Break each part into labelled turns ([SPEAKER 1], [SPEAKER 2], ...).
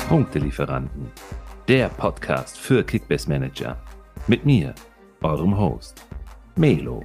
[SPEAKER 1] Punktelieferanten, der Podcast für Kickbase Manager. Mit mir, eurem Host, Melo.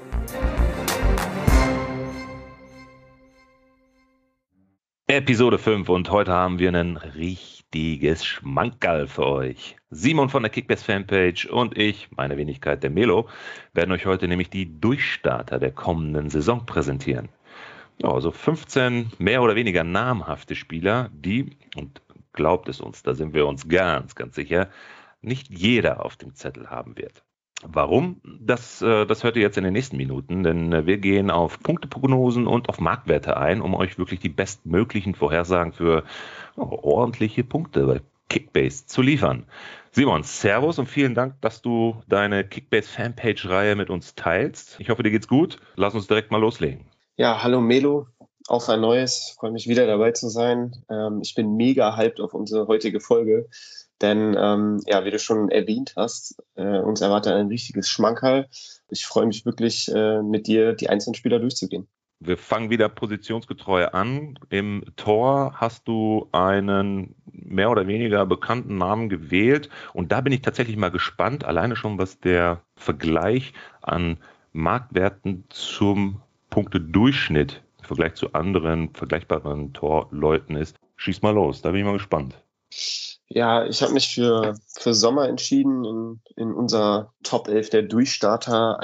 [SPEAKER 1] Episode 5 und heute haben wir ein richtiges Schmankerl für euch. Simon von der Kickbase Fanpage und ich, meine Wenigkeit der Melo, werden euch heute nämlich die Durchstarter der kommenden Saison präsentieren. Ja, also 15 mehr oder weniger namhafte Spieler, die, und glaubt es uns, da sind wir uns ganz sicher, nicht jeder auf dem Zettel haben wird. Warum? Das hört ihr jetzt in den nächsten Minuten, denn wir gehen auf Punkteprognosen und auf Marktwerte ein, um euch wirklich die bestmöglichen Vorhersagen für ordentliche Punkte bei Kickbase zu liefern. Simon, Servus und vielen Dank, dass du deine Kickbase-Fanpage-Reihe mit uns teilst. Ich hoffe, dir geht's gut. Lass uns direkt mal loslegen.
[SPEAKER 2] Ja, hallo Melo, auf ein neues. Freue mich wieder dabei zu sein. Ich bin mega hyped auf unsere heutige Folge, denn wie du schon erwähnt hast, uns erwartet ein richtiges Schmankerl. Ich freue mich wirklich, mit dir die einzelnen Spieler durchzugehen.
[SPEAKER 1] Wir fangen wieder positionsgetreu an. Im Tor hast du einen mehr oder weniger bekannten Namen gewählt und da bin ich tatsächlich mal gespannt, alleine schon, was der Vergleich an Marktwerten zum Punktedurchschnitt im Vergleich zu anderen vergleichbaren Torleuten ist. Schieß mal los, da bin ich mal gespannt.
[SPEAKER 2] Ja, ich habe mich für Sommer entschieden in unserer Top 11 der Durchstarter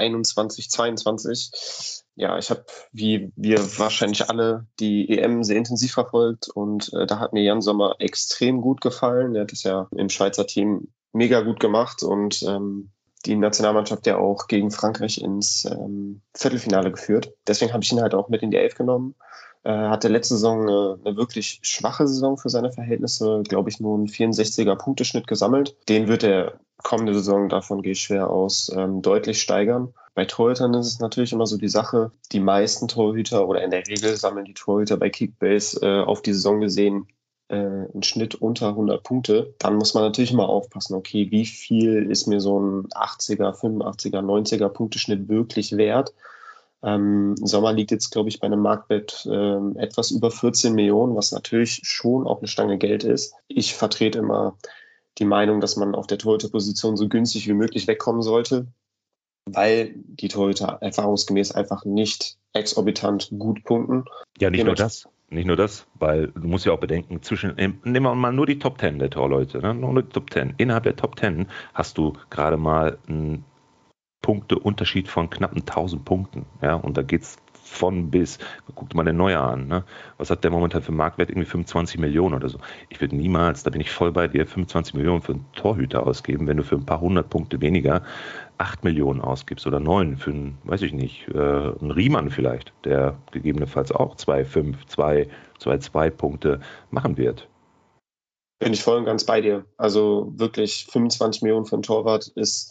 [SPEAKER 2] 21-22. Ja, ich habe, wie wir wahrscheinlich alle, die EM sehr intensiv verfolgt und da hat mir Jan Sommer extrem gut gefallen. Er hat es ja im Schweizer Team mega gut gemacht und die Nationalmannschaft ja auch gegen Frankreich ins Viertelfinale geführt. Deswegen habe ich ihn halt auch mit in die 11 genommen. Hatte letzte Saison eine wirklich schwache Saison für seine Verhältnisse, glaube ich, nur einen 64er Punkteschnitt gesammelt. Den wird er kommende Saison, davon gehe ich schwer aus, deutlich steigern. Bei Torhütern ist es natürlich immer so die Sache, die meisten Torhüter oder in der Regel sammeln die Torhüter bei Kickbase auf die Saison gesehen einen Schnitt unter 100 Punkte. Dann muss man natürlich immer aufpassen, okay, wie viel ist mir so ein 80er, 85er, 90er Punkteschnitt wirklich wert? Sommer liegt jetzt, glaube ich, bei einem Marktwert etwas über 14 Millionen, was natürlich schon auch eine Stange Geld ist. Ich vertrete immer die Meinung, dass man auf der Torhüterposition so günstig wie möglich wegkommen sollte, weil die Torhüter erfahrungsgemäß einfach nicht exorbitant gut punkten.
[SPEAKER 1] Ja, nicht nur das, weil du musst ja auch bedenken, nehmen wir mal nur die Top 10 der Torleute, ne? Nur die Top 10. Innerhalb der Top 10 hast du gerade mal einen Punkteunterschied von knapp 1000 Punkten. Ja, und da geht's von bis. Guckt mal den Neuer an. Ne? Was hat der momentan für Marktwert? Irgendwie 25 Millionen oder so. Ich würde niemals, da bin ich voll bei dir, 25 Millionen für einen Torhüter ausgeben, wenn du für ein paar hundert Punkte weniger 8 Millionen ausgibst oder 9 für einen, weiß ich nicht, einen Riemann vielleicht, der gegebenenfalls auch 2,5, 2,2 Punkte machen wird.
[SPEAKER 2] Bin ich voll und ganz bei dir. Also wirklich 25 Millionen für einen Torwart ist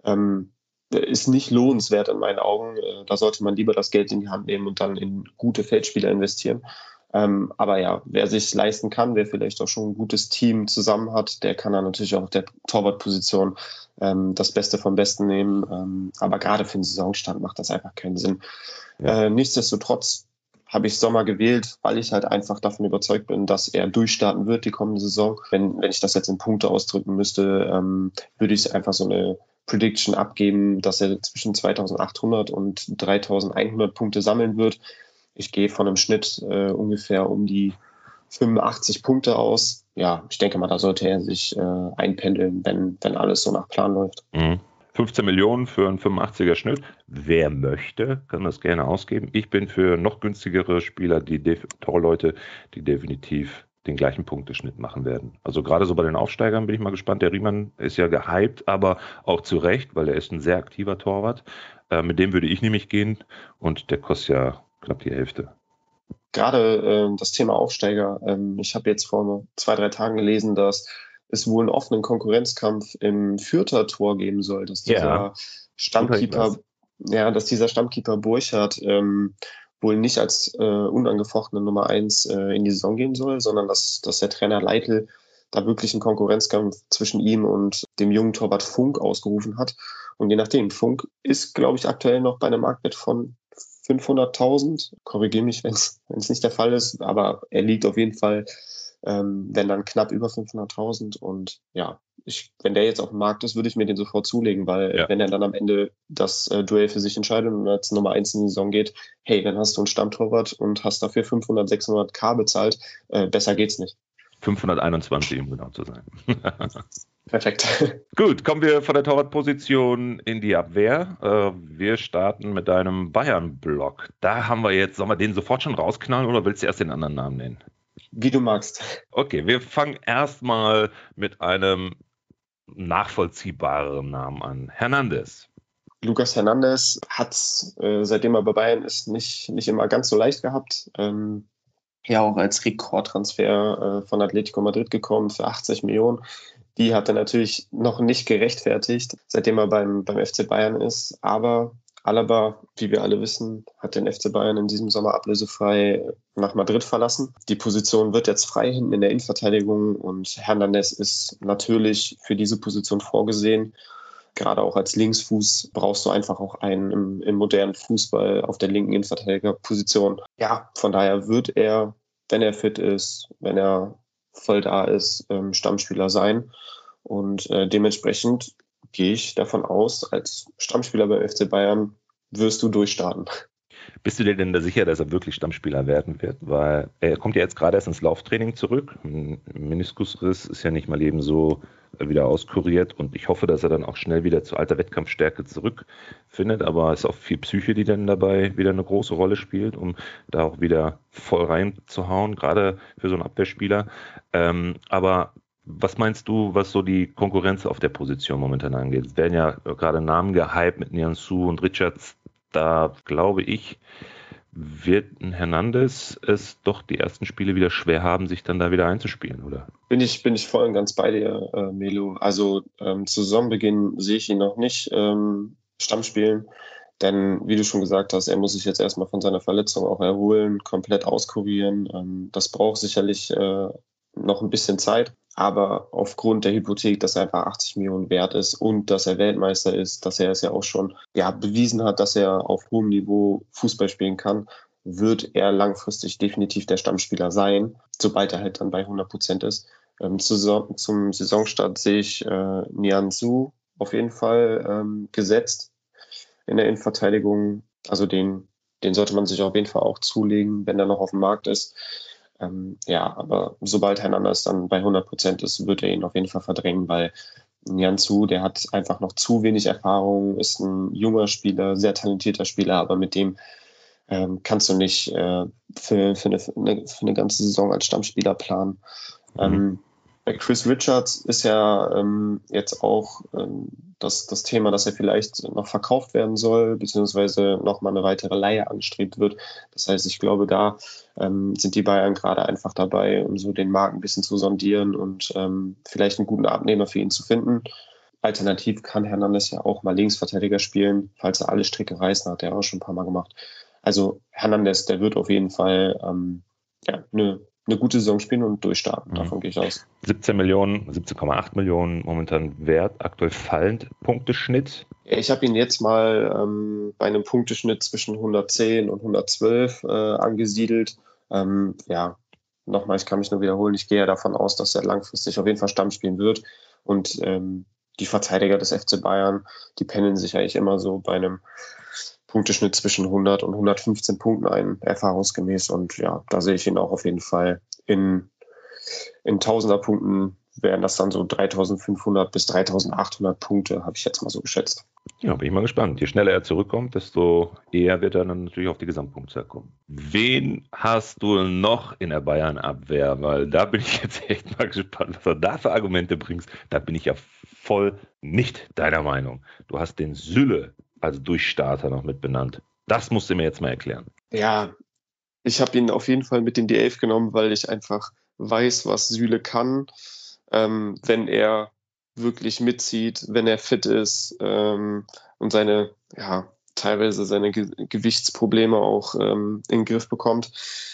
[SPEAKER 2] nicht lohnenswert in meinen Augen. Da sollte man lieber das Geld in die Hand nehmen und dann in gute Feldspieler investieren. Aber ja, wer sich leisten kann, wer vielleicht auch schon ein gutes Team zusammen hat, der kann dann natürlich auch auf der Torwartposition das Beste vom Besten nehmen. Aber gerade für den Saisonstart macht das einfach keinen Sinn. Ja. Nichtsdestotrotz habe ich Sommer gewählt, weil ich halt einfach davon überzeugt bin, dass er durchstarten wird die kommende Saison. Wenn ich das jetzt in Punkte ausdrücken müsste, würde ich einfach so eine Prediction abgeben, dass er zwischen 2800 und 3100 Punkte sammeln wird. Ich gehe von einem Schnitt ungefähr um die 85 Punkte aus. Ja, ich denke mal, da sollte er sich einpendeln, wenn alles so nach Plan läuft.
[SPEAKER 1] 15 Millionen für einen 85er Schnitt. Wer möchte, kann das gerne ausgeben. Ich bin für noch günstigere Spieler, Torleute, die definitiv den gleichen Punkteschnitt machen werden. Also gerade so bei den Aufsteigern bin ich mal gespannt. Der Riemann ist ja gehypt, aber auch zu Recht, weil er ist ein sehr aktiver Torwart. Mit dem würde ich nämlich gehen und der kostet ja knapp die Hälfte.
[SPEAKER 2] Gerade das Thema Aufsteiger. Ich habe jetzt vor 2-3 Tagen gelesen, dass es wohl einen offenen Konkurrenzkampf im Fürther Tor geben soll, dass dieser Stammkeeper Burchard wohl nicht als unangefochtene Nummer 1 in die Saison gehen soll, sondern dass der Trainer Leitl da wirklich einen Konkurrenzkampf zwischen ihm und dem jungen Torwart Funk ausgerufen hat. Und je nachdem, Funk ist, glaube ich, aktuell noch bei einem Marktwert von 500.000. Korrigiere mich, wenn es nicht der Fall ist, aber er liegt auf jeden Fall, wenn dann knapp über 500.000. Und ja, wenn der jetzt auf dem Markt ist, würde ich mir den sofort zulegen, weil wenn er dann am Ende das Duell für sich entscheidet und als Nummer 1 in die Saison geht, hey, dann hast du einen Stammtorwart und hast dafür 500, 600k bezahlt. Besser geht's nicht.
[SPEAKER 1] 521, um genau zu sein.
[SPEAKER 2] Perfekt.
[SPEAKER 1] Gut, kommen wir von der Torwartposition in die Abwehr. Wir starten mit deinem Bayern-Block. Da haben wir jetzt, sollen wir den sofort schon rausknallen oder willst du erst den anderen Namen nennen?
[SPEAKER 2] Wie du magst.
[SPEAKER 1] Okay, wir fangen erstmal mit einem nachvollziehbaren Namen an. Hernandez.
[SPEAKER 2] Lucas Hernandez hat es, seitdem er bei Bayern ist, nicht immer ganz so leicht gehabt. Ja, auch als Rekordtransfer von Atletico Madrid gekommen für 80 Millionen. Die hat er natürlich noch nicht gerechtfertigt, seitdem er beim FC Bayern ist. Aber Alaba, wie wir alle wissen, hat den FC Bayern in diesem Sommer ablösefrei nach Madrid verlassen. Die Position wird jetzt frei hinten in der Innenverteidigung und Hernandez ist natürlich für diese Position vorgesehen. Gerade auch als Linksfuß brauchst du einfach auch einen im modernen Fußball auf der linken Innenverteidigerposition. Ja, von daher wird er, wenn er fit ist, wenn er voll da ist, Stammspieler sein. Und dementsprechend gehe ich davon aus, als Stammspieler beim FC Bayern wirst du durchstarten.
[SPEAKER 1] Bist du dir denn da sicher, dass er wirklich Stammspieler werden wird? Weil er kommt ja jetzt gerade erst ins Lauftraining zurück. Ein Meniskusriss ist ja nicht mal eben so wieder auskuriert und ich hoffe, dass er dann auch schnell wieder zu alter Wettkampfstärke zurückfindet, aber es ist auch viel Psyche, die dann dabei wieder eine große Rolle spielt, um da auch wieder voll reinzuhauen, gerade für so einen Abwehrspieler. Aber was meinst du, was so die Konkurrenz auf der Position momentan angeht? Es werden ja gerade Namen gehypt mit Nianzou und Richards. Da glaube ich, wird ein Hernandez es doch die ersten Spiele wieder schwer haben, sich dann da wieder einzuspielen, oder?
[SPEAKER 2] Bin ich voll und ganz bei dir, Melo. Also zu Saisonbeginn sehe ich ihn noch nicht Stammspielen, denn wie du schon gesagt hast, er muss sich jetzt erstmal von seiner Verletzung auch erholen, komplett auskurieren. Das braucht sicherlich noch ein bisschen Zeit. Aber aufgrund der Hypothek, dass er einfach 80 Millionen wert ist und dass er Weltmeister ist, dass er es ja auch schon bewiesen hat, dass er auf hohem Niveau Fußball spielen kann, wird er langfristig definitiv der Stammspieler sein, sobald er halt dann bei 100% ist. Zum Saisonstart sehe ich Nianzou auf jeden Fall gesetzt in der Innenverteidigung. Also den sollte man sich auf jeden Fall auch zulegen, wenn er noch auf dem Markt ist. Aber sobald Hernandez dann bei 100% ist, wird er ihn auf jeden Fall verdrängen, weil Nianzou, der hat einfach noch zu wenig Erfahrung, ist ein junger Spieler, sehr talentierter Spieler, aber mit dem kannst du nicht für eine ganze Saison als Stammspieler planen. Bei Chris Richards ist ja jetzt auch das Thema, dass er vielleicht noch verkauft werden soll, beziehungsweise nochmal eine weitere Leihe angestrebt wird. Das heißt, ich glaube, da sind die Bayern gerade einfach dabei, um so den Markt ein bisschen zu sondieren und vielleicht einen guten Abnehmer für ihn zu finden. Alternativ kann Hernandez ja auch mal Linksverteidiger spielen, falls er alle Stricke reißen, hat er auch schon ein paar Mal gemacht. Also Hernandez, der wird auf jeden Fall eine gute Saison spielen und durchstarten. Davon gehe ich aus.
[SPEAKER 1] 17 Millionen, 17,8 Millionen momentan wert, aktuell fallend Punkteschnitt.
[SPEAKER 2] Ich habe ihn jetzt mal bei einem Punkteschnitt zwischen 110 und 112 angesiedelt. Nochmal, ich kann mich nur wiederholen, ich gehe ja davon aus, dass er langfristig auf jeden Fall Stamm spielen wird. Und die Verteidiger des FC Bayern, die pendeln sich eigentlich immer so bei einem Punkteschnitt zwischen 100 und 115 Punkten ein, erfahrungsgemäß. Und ja, da sehe ich ihn auch auf jeden Fall in Tausender-Punkten wären das dann so 3.500 bis 3.800 Punkte, habe ich jetzt mal so geschätzt.
[SPEAKER 1] Ja, bin ich mal gespannt. Je schneller er zurückkommt, desto eher wird er dann natürlich auf die Gesamtpunktzahl kommen. Wen hast du noch in der Bayern-Abwehr? Weil da bin ich jetzt echt mal gespannt, was du da für Argumente bringst. Da bin ich ja voll nicht deiner Meinung. Du hast den Süle als Durchstarter noch mit benannt. Das musst du mir jetzt mal erklären.
[SPEAKER 2] Ja, ich habe ihn auf jeden Fall mit in die Elf genommen, weil ich einfach weiß, was Süle kann, wenn er wirklich mitzieht, wenn er fit ist und teilweise seine Gewichtsprobleme auch in den Griff bekommt.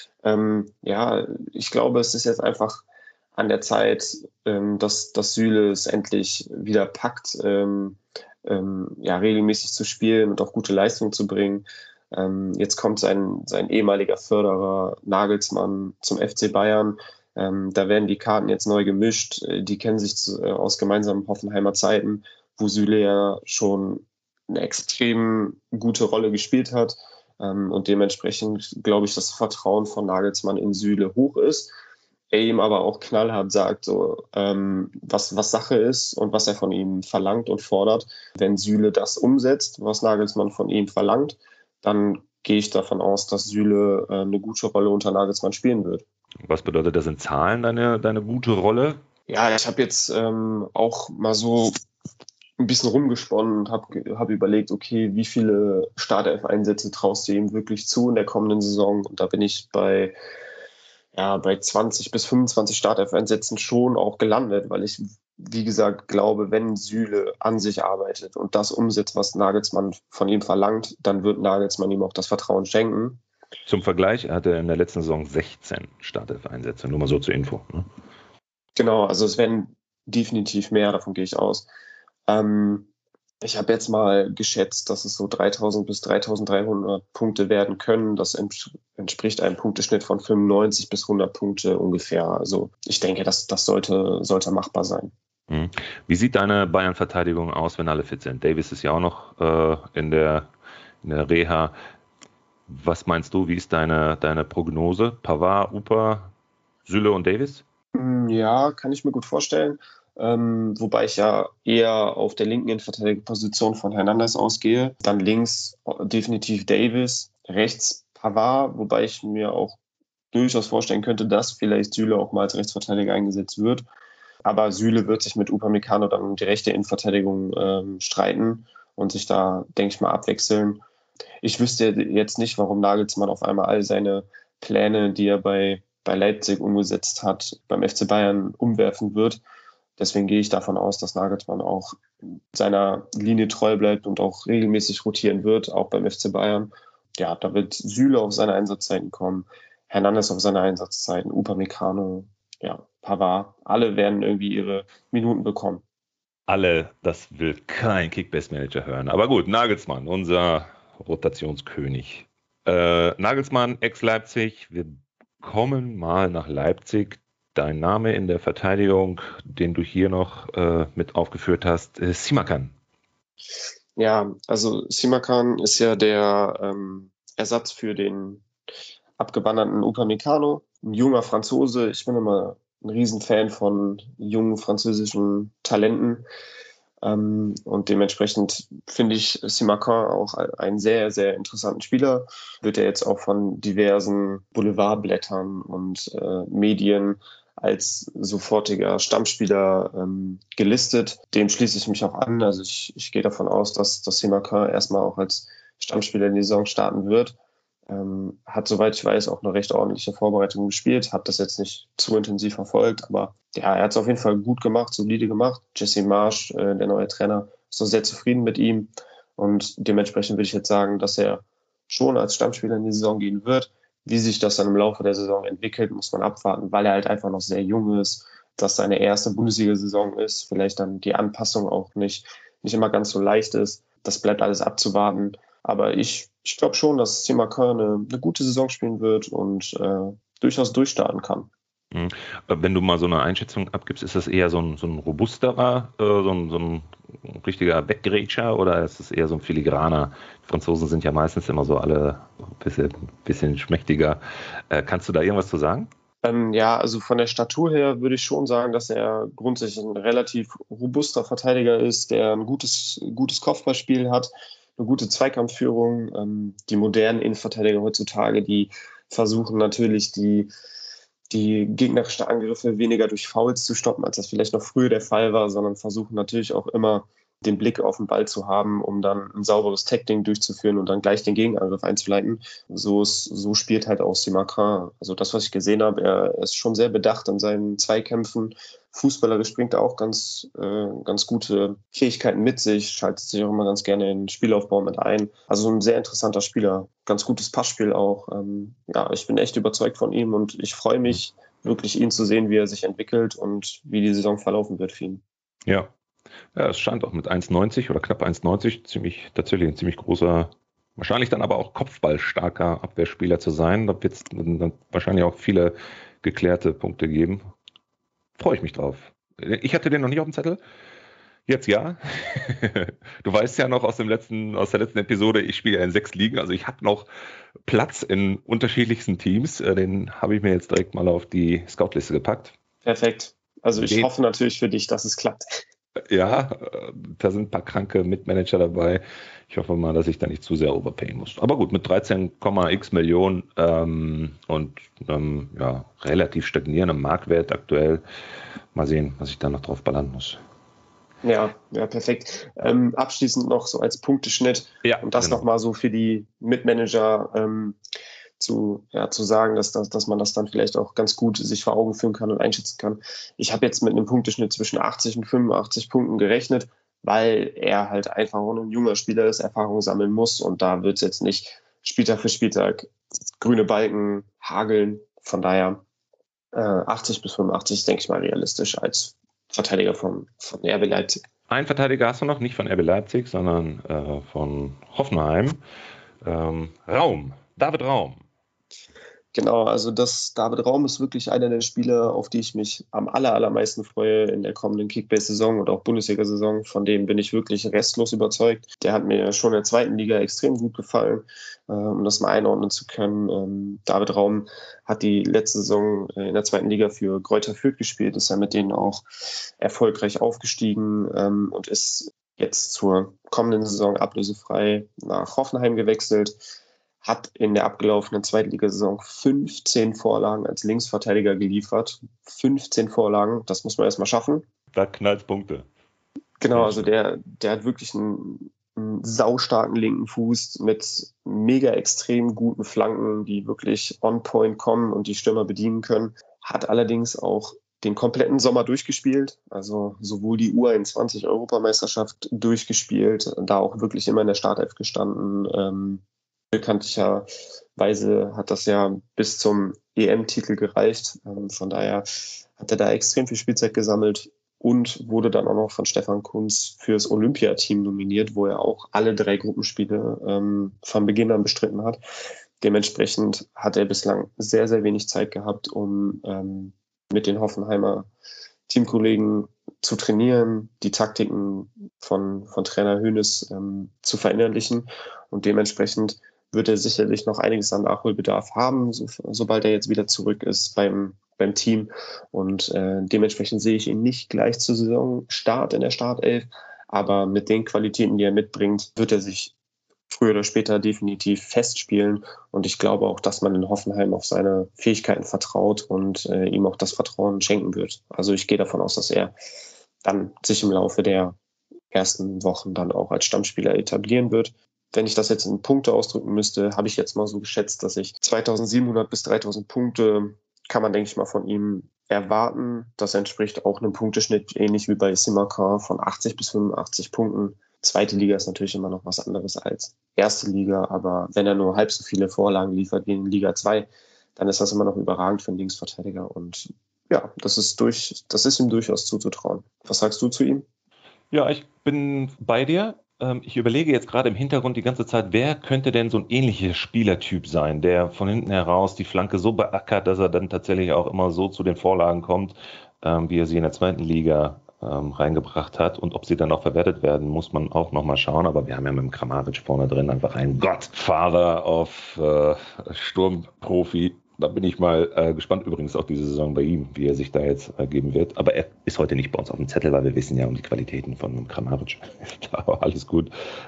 [SPEAKER 2] Ich glaube, es ist jetzt einfach an der Zeit, dass Süle es endlich wieder packt, regelmäßig zu spielen und auch gute Leistungen zu bringen. Jetzt kommt sein ehemaliger Förderer Nagelsmann zum FC Bayern. Da werden die Karten jetzt neu gemischt. Die kennen sich aus gemeinsamen Hoffenheimer Zeiten, wo Süle ja schon eine extrem gute Rolle gespielt hat. Und dementsprechend glaube ich, dass das Vertrauen von Nagelsmann in Süle hoch ist. Er ihm aber auch knallhart sagt, so, was Sache ist und was er von ihm verlangt und fordert. Wenn Süle das umsetzt, was Nagelsmann von ihm verlangt, dann gehe ich davon aus, dass Süle eine gute Rolle unter Nagelsmann spielen wird.
[SPEAKER 1] Was bedeutet das in Zahlen, deine gute Rolle?
[SPEAKER 2] Ja, ich habe jetzt auch mal so ein bisschen rumgesponnen und hab überlegt, okay, wie viele Startelf-Einsätze traust du ihm wirklich zu in der kommenden Saison? Und da bin ich bei 20 bis 25 Startelf-Einsätzen schon auch gelandet, weil ich, wie gesagt, glaube, wenn Süle an sich arbeitet und das umsetzt, was Nagelsmann von ihm verlangt, dann wird Nagelsmann ihm auch das Vertrauen schenken.
[SPEAKER 1] Zum Vergleich, er hatte in der letzten Saison 16 Startelf-Einsätze, nur mal so zur Info. Ne?
[SPEAKER 2] Genau, also es werden definitiv mehr, davon gehe ich aus. Ich habe jetzt mal geschätzt, dass es so 3000 bis 3300 Punkte werden können. Das entspricht einem Punkteschnitt von 95 bis 100 Punkte ungefähr. Also ich denke, das sollte machbar sein.
[SPEAKER 1] Wie sieht deine Bayern-Verteidigung aus, wenn alle fit sind? Davis ist ja auch noch in der Reha. Was meinst du, wie ist deine Prognose? Pavard, Upa, Süle und Davis?
[SPEAKER 2] Ja, kann ich mir gut vorstellen. Wobei ich ja eher auf der linken Innenverteidigerposition von Hernandez ausgehe. Dann links definitiv Davis, rechts Pavard, wobei ich mir auch durchaus vorstellen könnte, dass vielleicht Süle auch mal als Rechtsverteidiger eingesetzt wird. Aber Süle wird sich mit Upamecano dann um die rechte Innenverteidigung streiten und sich da, denke ich mal, abwechseln. Ich wüsste jetzt nicht, warum Nagelsmann auf einmal all seine Pläne, die er bei Leipzig umgesetzt hat, beim FC Bayern umwerfen wird. Deswegen gehe ich davon aus, dass Nagelsmann auch seiner Linie treu bleibt und auch regelmäßig rotieren wird, auch beim FC Bayern. Ja, da wird Süle auf seine Einsatzzeiten kommen, Hernandez auf seine Einsatzzeiten, Upamecano, ja, Pavard. Alle werden irgendwie ihre Minuten bekommen.
[SPEAKER 1] Alle, das will kein Kickbase-Manager hören. Aber gut, Nagelsmann, unser Rotationskönig. Nagelsmann, Ex-Leipzig. Wir kommen mal nach Leipzig. Dein Name in der Verteidigung, den du hier noch mit aufgeführt hast, Simakan.
[SPEAKER 2] Ja, also Simakan ist ja der Ersatz für den abgewanderten Upamecano, ein junger Franzose. Ich bin immer ein Riesenfan von jungen französischen Talenten. Und dementsprechend finde ich Simakan auch einen sehr, sehr interessanten Spieler. Wird er jetzt auch von diversen Boulevardblättern und Medien als sofortiger Stammspieler gelistet. Dem schließe ich mich auch an. Also ich gehe davon aus, dass Simakan erstmal auch als Stammspieler in die Saison starten wird. Hat, soweit ich weiß, auch eine recht ordentliche Vorbereitung gespielt, habe das jetzt nicht zu intensiv verfolgt, aber ja, er hat es auf jeden Fall gut gemacht, solide gemacht. Jesse Marsch, der neue Trainer, ist noch sehr zufrieden mit ihm und dementsprechend würde ich jetzt sagen, dass er schon als Stammspieler in die Saison gehen wird. Wie sich das dann im Laufe der Saison entwickelt, muss man abwarten, weil er halt einfach noch sehr jung ist, dass seine erste Bundesliga-Saison ist, vielleicht dann die Anpassung auch nicht immer ganz so leicht ist. Das bleibt alles abzuwarten. Aber ich glaube schon, dass Simakan eine gute Saison spielen wird und durchaus durchstarten kann.
[SPEAKER 1] Wenn du mal so eine Einschätzung abgibst, ist das eher so ein robusterer, so ein richtiger Weggrätscher oder ist es eher so ein filigraner? Die Franzosen sind ja meistens immer so alle ein bisschen schmächtiger. Kannst du da irgendwas zu sagen?
[SPEAKER 2] Ja, also von der Statur her würde ich schon sagen, dass er grundsätzlich ein relativ robuster Verteidiger ist, der ein gutes Kopfballspiel hat, eine gute Zweikampfführung. Die modernen Innenverteidiger heutzutage, die versuchen natürlich die gegnerischen Angriffe weniger durch Fouls zu stoppen, als das vielleicht noch früher der Fall war, sondern versuchen natürlich auch immer den Blick auf den Ball zu haben, um dann ein sauberes Tackling durchzuführen und dann gleich den Gegenangriff einzuleiten. So spielt halt auch Simakan. Also das, was ich gesehen habe, er ist schon sehr bedacht an seinen Zweikämpfen. Fußballerisch bringt er auch ganz gute Fähigkeiten mit sich, schaltet sich auch immer ganz gerne in den Spielaufbau mit ein. Also ein sehr interessanter Spieler, ganz gutes Passspiel auch. Ja, ich bin echt überzeugt von ihm und ich freue mich wirklich, ihn zu sehen, wie er sich entwickelt und wie die Saison verlaufen wird für ihn.
[SPEAKER 1] Ja, es scheint auch mit 1,90 oder knapp 1,90 tatsächlich ein ziemlich großer Wahrscheinlich dann aber auch kopfballstarker Abwehrspieler zu sein. Da wird es dann wahrscheinlich auch viele geklärte Punkte geben. Freue ich mich drauf. Ich hatte den noch nicht auf dem Zettel. Jetzt ja. Du weißt ja noch aus der letzten Episode, ich spiele ja in 6 Ligen, also ich habe noch Platz in unterschiedlichsten Teams. Den habe ich mir jetzt direkt mal auf die Scoutliste gepackt.
[SPEAKER 2] Perfekt. Also ich hoffe natürlich für dich, dass es klappt.
[SPEAKER 1] Ja, da sind ein paar kranke Mitmanager dabei. Ich hoffe mal, dass ich da nicht zu sehr overpayen muss. Aber gut, mit 13,x Millionen und ja, relativ stagnierendem Marktwert aktuell. Mal sehen, was ich da noch drauf ballern muss.
[SPEAKER 2] Ja, perfekt. Abschließend noch so als Punkteschnitt,
[SPEAKER 1] Ja,
[SPEAKER 2] und das nochmal so für die Mitmanager zu sagen, dass man das dann vielleicht auch ganz gut sich vor Augen führen kann und einschätzen kann. Ich habe jetzt mit einem Punkteschnitt zwischen 80 und 85 Punkten gerechnet, weil er halt einfach auch ein junger Spieler ist, Erfahrung sammeln muss, und da wird es jetzt nicht Spieltag für Spieltag grüne Balken hageln. Von daher 80 bis 85 ist, denke ich mal, realistisch als Verteidiger von RB Leipzig.
[SPEAKER 1] Einen Verteidiger hast du noch, nicht von RB Leipzig, sondern von Hoffenheim. David Raum.
[SPEAKER 2] Genau, also David Raum ist wirklich einer der Spieler, auf die ich mich am allermeisten freue in der kommenden Kickbase-Saison und auch Bundesliga-Saison. Von dem bin ich wirklich restlos überzeugt. Der hat mir schon in der zweiten Liga extrem gut gefallen, um das mal einordnen zu können. David Raum hat die letzte Saison in der zweiten Liga für Greuther Fürth gespielt, ist ja mit denen auch erfolgreich aufgestiegen und ist jetzt zur kommenden Saison ablösefrei nach Hoffenheim gewechselt. Hat in der abgelaufenen Zweitligasaison 15 Vorlagen als Linksverteidiger geliefert. 15 Vorlagen, das muss man erstmal schaffen.
[SPEAKER 1] Da knallt Punkte.
[SPEAKER 2] Genau, also der hat wirklich einen saustarken linken Fuß mit mega extrem guten Flanken, die wirklich on point kommen und die Stürmer bedienen können. Hat allerdings auch den kompletten Sommer durchgespielt, also sowohl die U21-Europameisterschaft durchgespielt, da auch wirklich immer in der Startelf gestanden. Bekanntlicherweise hat das ja bis zum EM-Titel gereicht. Von daher hat er da extrem viel Spielzeit gesammelt und wurde dann auch noch von Stefan Kuntz fürs Olympiateam nominiert, wo er auch alle 3 Gruppenspiele von Beginn an bestritten hat. Dementsprechend hat er bislang sehr, sehr wenig Zeit gehabt, um mit den Hoffenheimer Teamkollegen zu trainieren, die Taktiken von Trainer Hoeneß zu verinnerlichen, und dementsprechend wird er sicherlich noch einiges an Nachholbedarf haben, sobald er jetzt wieder zurück ist beim Team. Und dementsprechend sehe ich ihn nicht gleich zur Saisonstart in der Startelf, aber mit den Qualitäten, die er mitbringt, wird er sich früher oder später definitiv festspielen. Und ich glaube auch, dass man in Hoffenheim auf seine Fähigkeiten vertraut und ihm auch das Vertrauen schenken wird. Also ich gehe davon aus, dass er dann sich im Laufe der ersten Wochen dann auch als Stammspieler etablieren wird. Wenn ich das jetzt in Punkte ausdrücken müsste, habe ich jetzt mal so geschätzt, dass ich 2700 bis 3000 Punkte kann man, denke ich mal, von ihm erwarten. Das entspricht auch einem Punkteschnitt, ähnlich wie bei Simakan, von 80 bis 85 Punkten. Zweite Liga ist natürlich immer noch was anderes als erste Liga, aber wenn er nur halb so viele Vorlagen liefert wie in Liga 2, dann ist das immer noch überragend für einen Linksverteidiger, und ja, das ist ihm durchaus zuzutrauen. Was sagst du zu ihm?
[SPEAKER 1] Ja, ich bin bei dir. Ich überlege jetzt gerade im Hintergrund die ganze Zeit, wer könnte denn so ein ähnlicher Spielertyp sein, der von hinten heraus die Flanke so beackert, dass er dann tatsächlich auch immer so zu den Vorlagen kommt, wie er sie in der zweiten Liga reingebracht hat. Und ob sie dann auch verwertet werden, muss man auch nochmal schauen. Aber wir haben ja mit dem Kramaric vorne drin einfach einen Godfather of Sturmprofi. Da bin ich mal gespannt, übrigens auch diese Saison bei ihm, wie er sich da jetzt geben wird. Aber er ist heute nicht bei uns auf dem Zettel, weil wir wissen ja um die Qualitäten von Kramaric. Alles gut.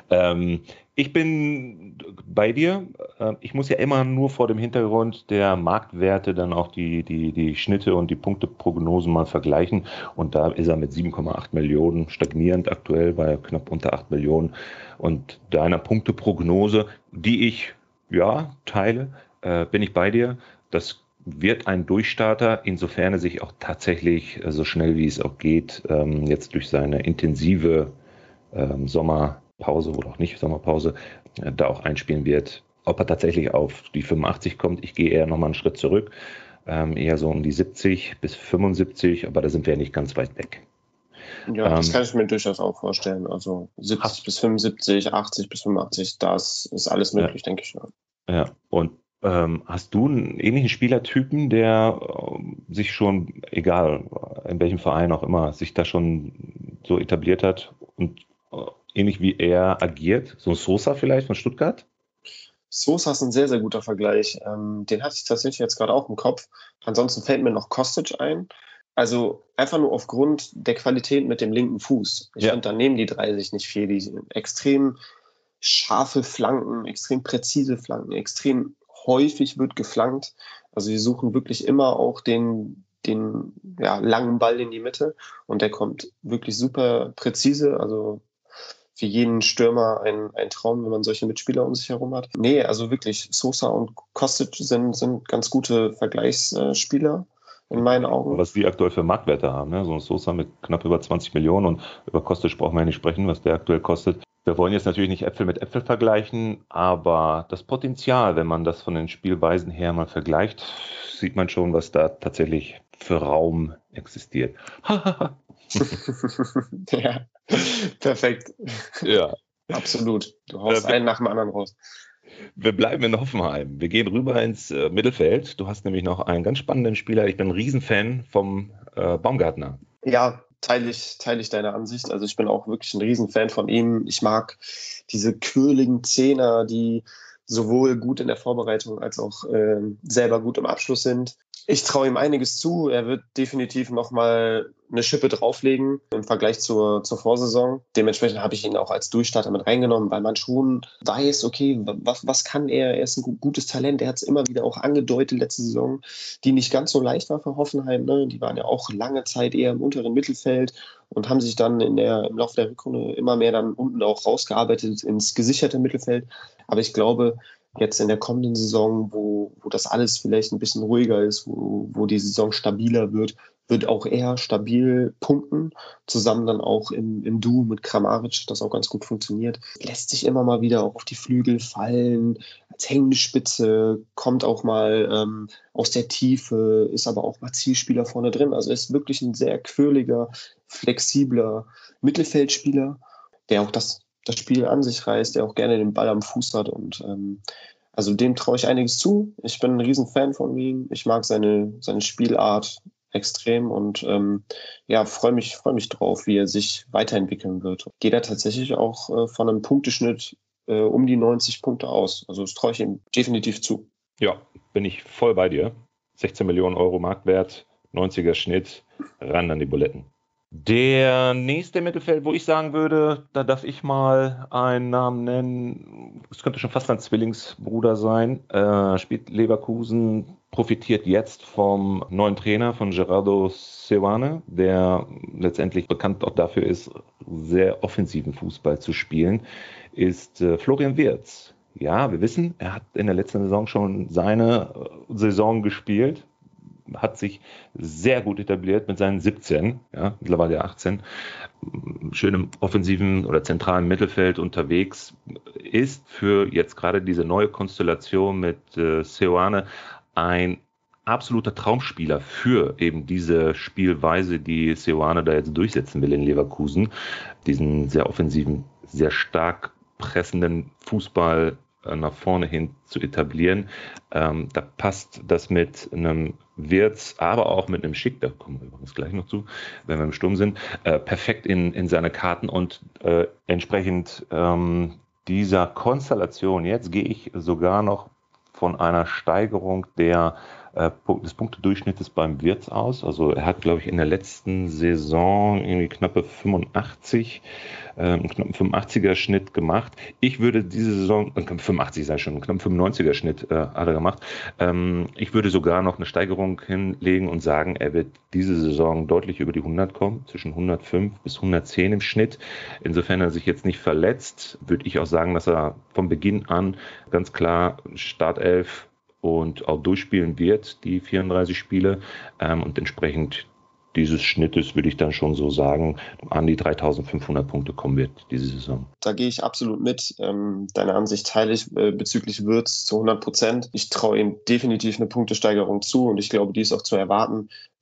[SPEAKER 1] Ich bin bei dir. Ich muss ja immer nur vor dem Hintergrund der Marktwerte dann auch die Schnitte und die Punkteprognosen mal vergleichen. Und da ist er mit 7,8 Millionen stagnierend aktuell bei knapp unter 8 Millionen. Und deiner Punkteprognose, die ich teile, bin ich bei dir. Das wird ein Durchstarter, insofern er sich auch tatsächlich so schnell wie es auch geht, jetzt durch seine intensive Sommerpause oder auch nicht Sommerpause, da auch einspielen wird. Ob er tatsächlich auf die 85 kommt, ich gehe eher nochmal einen Schritt zurück, eher so um die 70 bis 75, aber da sind wir ja nicht ganz weit weg.
[SPEAKER 2] Ja, das kann ich mir durchaus auch vorstellen. Also 70 bis 75, 80 bis 85, das ist alles möglich, denke ich.
[SPEAKER 1] Ja, und hast du einen ähnlichen Spielertypen, der sich schon, egal in welchem Verein auch immer, sich da schon so etabliert hat und ähnlich wie er agiert? So ein Sosa vielleicht von Stuttgart?
[SPEAKER 2] Sosa ist ein sehr, sehr guter Vergleich. Den hatte ich tatsächlich jetzt gerade auch im Kopf. Ansonsten fällt mir noch Kostic ein. Also einfach nur aufgrund der Qualität mit dem linken Fuß. Ich finde, da nehmen die drei sich nicht viel. Die sind extrem scharfe Flanken, extrem präzise Flanken, extrem häufig wird geflankt. Also sie suchen wirklich immer auch den langen Ball in die Mitte und der kommt wirklich super präzise. Also für jeden Stürmer ein Traum, wenn man solche Mitspieler um sich herum hat. Nee, also wirklich, Sosa und Kostic sind ganz gute Vergleichsspieler in meinen Augen.
[SPEAKER 1] Was die aktuell für Marktwerte haben, ne? So ein Sosa mit knapp über 20 Millionen und über Kostic brauchen wir ja nicht sprechen, was der aktuell kostet. Wir wollen jetzt natürlich nicht Äpfel mit Äpfel vergleichen, aber das Potenzial, wenn man das von den Spielweisen her mal vergleicht, sieht man schon, was da tatsächlich für Raum existiert.
[SPEAKER 2] Ja, perfekt.
[SPEAKER 1] Ja.
[SPEAKER 2] Absolut. Du haust einen nach dem anderen raus.
[SPEAKER 1] Wir bleiben in Hoffenheim. Wir gehen rüber ins Mittelfeld. Du hast nämlich noch einen ganz spannenden Spieler. Ich bin ein Riesenfan vom Baumgartner.
[SPEAKER 2] Ja, teile ich deine Ansicht. Also ich bin auch wirklich ein Riesenfan von ihm. Ich mag diese quirligen Zehner, die sowohl gut in der Vorbereitung als auch selber gut im Abschluss sind. Ich traue ihm einiges zu. Er wird definitiv nochmal eine Schippe drauflegen im Vergleich zur Vorsaison. Dementsprechend habe ich ihn auch als Durchstarter mit reingenommen, weil man schon weiß, okay, was kann er? Er ist ein gutes Talent. Er hat es immer wieder auch angedeutet letzte Saison, die nicht ganz so leicht war für Hoffenheim. Ne? Die waren ja auch lange Zeit eher im unteren Mittelfeld und haben sich dann im Laufe der Rückrunde immer mehr dann unten auch rausgearbeitet ins gesicherte Mittelfeld. Aber ich glaube, jetzt in der kommenden Saison, wo das alles vielleicht ein bisschen ruhiger ist, wo die Saison stabiler wird auch er stabil punkten, zusammen dann auch im Duo mit Kramaric, das auch ganz gut funktioniert. Lässt sich immer mal wieder auch auf die Flügel fallen, als hängende Spitze, kommt auch mal aus der Tiefe, ist aber auch mal Zielspieler vorne drin. Also ist wirklich ein sehr quirliger, flexibler Mittelfeldspieler, der auch das Spiel an sich reißt, der auch gerne den Ball am Fuß hat und also dem traue ich einiges zu. Ich bin ein Riesen-Fan von ihm. Ich mag seine Spielart extrem und freue mich drauf, wie er sich weiterentwickeln wird. Geht er tatsächlich auch von einem Punkteschnitt um die 90 Punkte aus. Also das traue ich ihm definitiv zu.
[SPEAKER 1] Ja, bin ich voll bei dir. 16 Millionen Euro Marktwert, 90er Schnitt, ran an die Buletten. Der nächste Mittelfeld, wo ich sagen würde, da darf ich mal einen Namen nennen. Es könnte schon fast ein Zwillingsbruder sein. Spielt Leverkusen, profitiert jetzt vom neuen Trainer von Gerardo Seoane, der letztendlich bekannt auch dafür ist, sehr offensiven Fußball zu spielen, ist Florian Wirtz. Ja, wir wissen, er hat in der letzten Saison schon seine Saison gespielt, hat sich sehr gut etabliert mit seinen 17, ja, mittlerweile 18, schön im offensiven oder zentralen Mittelfeld unterwegs, ist für jetzt gerade diese neue Konstellation mit Seoane ein absoluter Traumspieler für eben diese Spielweise, die Seoane da jetzt durchsetzen will in Leverkusen, diesen sehr offensiven, sehr stark pressenden Fußball nach vorne hin zu etablieren. Da passt das mit einem Wirtz, aber auch mit einem Schick, da kommen wir übrigens gleich noch zu, wenn wir im Sturm sind, perfekt in seine Karten und entsprechend dieser Konstellation, jetzt gehe ich sogar noch von einer Steigerung des Punktedurchschnittes beim Wirtz aus. Also er hat, glaube ich, in der letzten Saison irgendwie knappe 85, einen knappen 85er Schnitt gemacht. Ich würde diese Saison, 85 sei schon, einen knappen 95er Schnitt hat er gemacht. Ich würde sogar noch eine Steigerung hinlegen und sagen, er wird diese Saison deutlich über die 100 kommen, zwischen 105 bis 110 im Schnitt. Insofern er sich jetzt nicht verletzt, würde ich auch sagen, dass er von Beginn an ganz klar Startelf und auch durchspielen wird, die 34 Spiele. Und entsprechend dieses Schnittes würde ich dann schon so sagen, an die 3.500 Punkte kommen wird diese Saison.
[SPEAKER 2] Da gehe ich absolut mit. Deine Ansicht teile ich bezüglich Wirtz zu 100%. Ich traue ihm definitiv eine Punktesteigerung zu und ich glaube, die ist auch zu erwarten.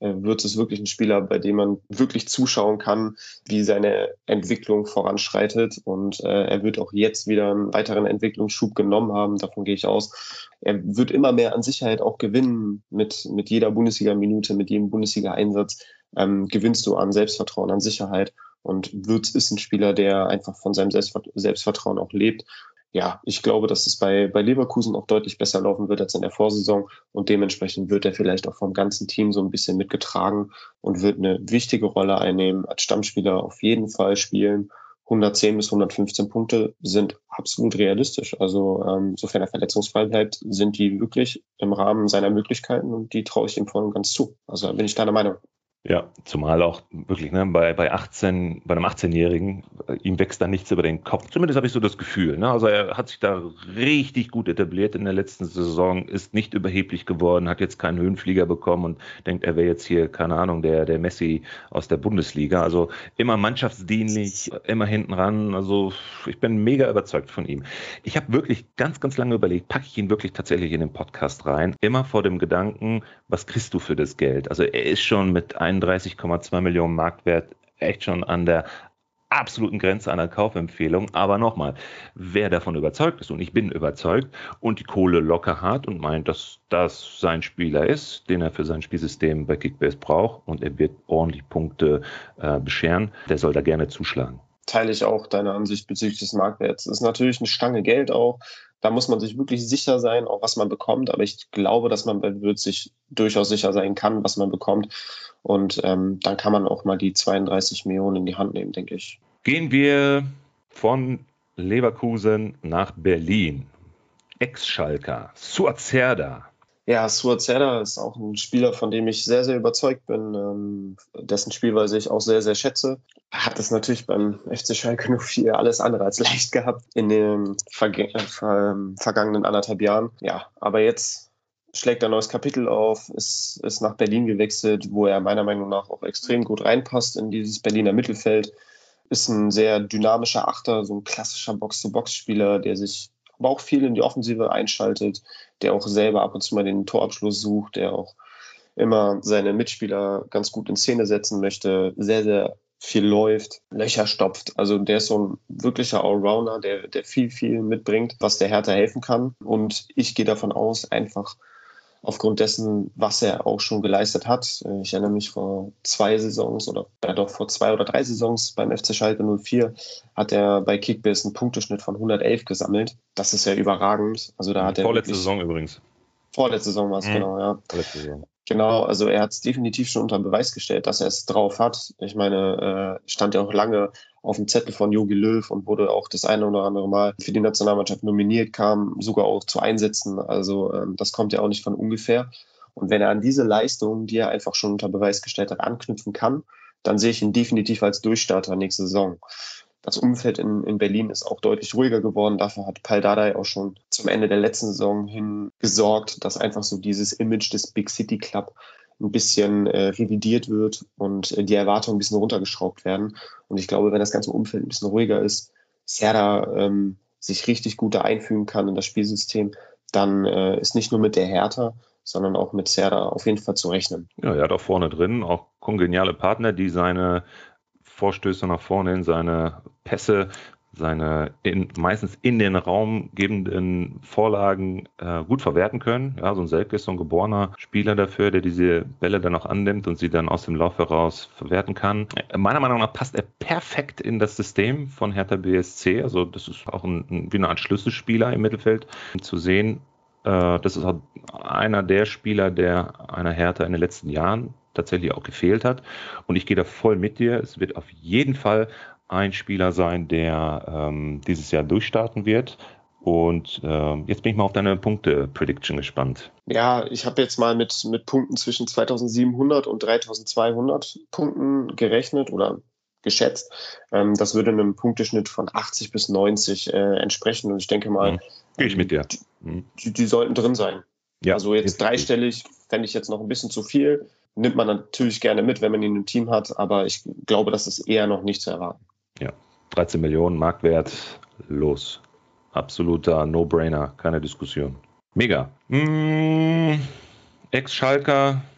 [SPEAKER 2] Wirtz ist wirklich ein Spieler, bei dem man wirklich zuschauen kann, wie seine Entwicklung voranschreitet. Und er wird auch jetzt wieder einen weiteren Entwicklungsschub genommen haben, davon gehe ich aus. Er wird immer mehr an Sicherheit auch gewinnen mit jeder Bundesliga-Minute, mit jedem Bundesliga-Einsatz. Gewinnst du an Selbstvertrauen, an Sicherheit. Und Wirtz ist ein Spieler, der einfach von seinem Selbstvertrauen auch lebt. Ja, ich glaube, dass es bei Leverkusen auch deutlich besser laufen wird als in der Vorsaison und dementsprechend wird er vielleicht auch vom ganzen Team so ein bisschen mitgetragen und wird eine wichtige Rolle einnehmen, als Stammspieler auf jeden Fall spielen. 110 bis 115 Punkte sind absolut realistisch. Also sofern er verletzungsfrei bleibt, sind die wirklich im Rahmen seiner Möglichkeiten und die traue ich ihm voll und ganz zu. Also da bin ich deiner Meinung.
[SPEAKER 1] Ja, zumal auch wirklich, ne, bei einem 18-Jährigen, ihm wächst da nichts über den Kopf. Zumindest habe ich so das Gefühl. Ne? Also er hat sich da richtig gut etabliert in der letzten Saison, ist nicht überheblich geworden, hat jetzt keinen Höhenflieger bekommen und denkt, er wäre jetzt hier, keine Ahnung, der Messi aus der Bundesliga. Also immer mannschaftsdienlich, immer hinten ran. Also ich bin mega überzeugt von ihm. Ich habe wirklich ganz, ganz lange überlegt, packe ich ihn wirklich tatsächlich in den Podcast rein? Immer vor dem Gedanken, was kriegst du für das Geld? Also er ist schon mit 31,2 Millionen Marktwert echt schon an der absoluten Grenze einer Kaufempfehlung. Aber nochmal, wer davon überzeugt ist, und ich bin überzeugt, und die Kohle locker hat und meint, dass das sein Spieler ist, den er für sein Spielsystem bei Kickbase braucht und er wird ordentlich Punkte bescheren, der soll da gerne zuschlagen.
[SPEAKER 2] Teile ich auch deine Ansicht bezüglich des Marktwerts. Das ist natürlich eine Stange Geld auch. Da muss man sich wirklich sicher sein, auch was man bekommt. Aber ich glaube, dass man bei Wirtz sich durchaus sicher sein kann, was man bekommt. Und dann kann man auch mal die 32 Millionen in die Hand nehmen, denke ich.
[SPEAKER 1] Gehen wir von Leverkusen nach Berlin. Ex-Schalker, Suat Serdar.
[SPEAKER 2] Ja, Suat Serdar ist auch ein Spieler, von dem ich sehr, sehr überzeugt bin, dessen Spielweise ich auch sehr, sehr schätze. Hat es natürlich beim FC Schalke 04 alles andere als leicht gehabt in den vergangenen 1,5 Jahren. Ja, aber jetzt schlägt er ein neues Kapitel auf, ist nach Berlin gewechselt, wo er meiner Meinung nach auch extrem gut reinpasst in dieses Berliner Mittelfeld. Ist ein sehr dynamischer Achter, so ein klassischer Box-to-Box-Spieler, der sich aber auch viel in die Offensive einschaltet, der auch selber ab und zu mal den Torabschluss sucht, der auch immer seine Mitspieler ganz gut in Szene setzen möchte, sehr, sehr viel läuft, Löcher stopft. Also der ist so ein wirklicher Allrounder, der viel, viel mitbringt, was der Hertha helfen kann. Und ich gehe davon aus, einfach aufgrund dessen, was er auch schon geleistet hat. Ich erinnere mich vor 2 Saisons oder vor 2 oder 3 Saisons beim FC Schalke 04 hat er bei Kickbase einen Punkteschnitt von 111 gesammelt. Das ist ja überragend. Also da hat er
[SPEAKER 1] Vorletzte Saison übrigens.
[SPEAKER 2] Vorletzte Saison war es, genau, ja.
[SPEAKER 1] Vorletzte Saison.
[SPEAKER 2] Genau, also er hat es definitiv schon unter Beweis gestellt, dass er es drauf hat. Ich meine, stand ja auch lange auf dem Zettel von Jogi Löw und wurde auch das eine oder andere Mal für die Nationalmannschaft nominiert, kam sogar auch zu Einsätzen. Also das kommt ja auch nicht von ungefähr. Und wenn er an diese Leistung, die er einfach schon unter Beweis gestellt hat, anknüpfen kann, dann sehe ich ihn definitiv als Durchstarter nächste Saison. Das Umfeld in Berlin ist auch deutlich ruhiger geworden. Dafür hat Pal Dardai auch schon zum Ende der letzten Saison hin gesorgt, dass einfach so dieses Image des Big City Club ein bisschen revidiert wird und die Erwartungen ein bisschen runtergeschraubt werden. Und ich glaube, wenn das ganze Umfeld ein bisschen ruhiger ist, Serdar sich richtig gut da einfügen kann in das Spielsystem, dann ist nicht nur mit der Hertha, sondern auch mit Serdar auf jeden Fall zu rechnen.
[SPEAKER 1] Ja, er hat auch vorne drin auch kongeniale Partner, die seine Vorstöße nach vorne hin, seine Pässe, seine meistens in den Raum gebenden Vorlagen gut verwerten können. Ja, so ein Selke ist so ein geborener Spieler dafür, der diese Bälle dann auch annimmt und sie dann aus dem Lauf heraus verwerten kann. Meiner Meinung nach passt er perfekt in das System von Hertha BSC. Also das ist auch wie eine Art Schlüsselspieler im Mittelfeld zu sehen. Das ist auch einer der Spieler, der einer Hertha in den letzten Jahren tatsächlich auch gefehlt hat. Und ich gehe da voll mit dir. Es wird auf jeden Fall ein Spieler sein, der dieses Jahr durchstarten wird. Und jetzt bin ich mal auf deine Punkte-Prediction gespannt.
[SPEAKER 2] Ja, ich habe jetzt mal mit Punkten zwischen 2700 und 3200 Punkten gerechnet oder geschätzt. Das würde einem Punkteschnitt von 80 bis 90 entsprechen. Und ich denke mal,
[SPEAKER 1] gehe ich mit dir.
[SPEAKER 2] Die sollten drin sein.
[SPEAKER 1] Ja,
[SPEAKER 2] also jetzt dreistellig fände ich jetzt noch ein bisschen zu viel. Nimmt man natürlich gerne mit, wenn man ihn im Team hat, aber ich glaube, das ist eher noch nicht zu erwarten.
[SPEAKER 1] Ja, 13 Millionen Marktwert, los. Absoluter No-Brainer, keine Diskussion. Mega. Ex-Schalker,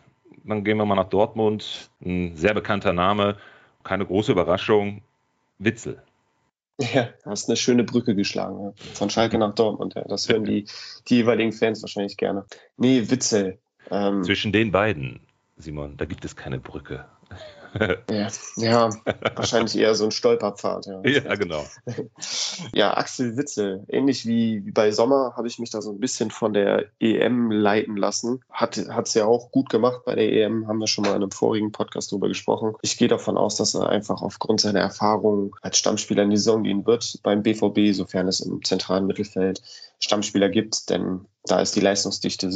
[SPEAKER 1] dann gehen wir mal nach Dortmund. Ein sehr bekannter Name, keine große Überraschung, Witsel.
[SPEAKER 2] Ja, hast eine schöne Brücke geschlagen, ja. Von Schalke nach Dortmund. Ja. Das hören die jeweiligen Fans wahrscheinlich gerne. Nee, Witzel.
[SPEAKER 1] Zwischen den beiden, Simon, da gibt es keine Brücke.
[SPEAKER 2] Ja, wahrscheinlich eher so ein Stolperpfad. Ja,
[SPEAKER 1] Ja, genau.
[SPEAKER 2] ja, Axel Witsel, ähnlich wie bei Sommer, habe ich mich da so ein bisschen von der EM leiten lassen. Hat's ja auch gut gemacht bei der EM, haben wir schon mal in einem vorigen Podcast drüber gesprochen. Ich gehe davon aus, dass er einfach aufgrund seiner Erfahrung als Stammspieler in die Saison gehen wird beim BVB, sofern es im zentralen Mittelfeld Stammspieler gibt, denn da ist die Leistungsdichte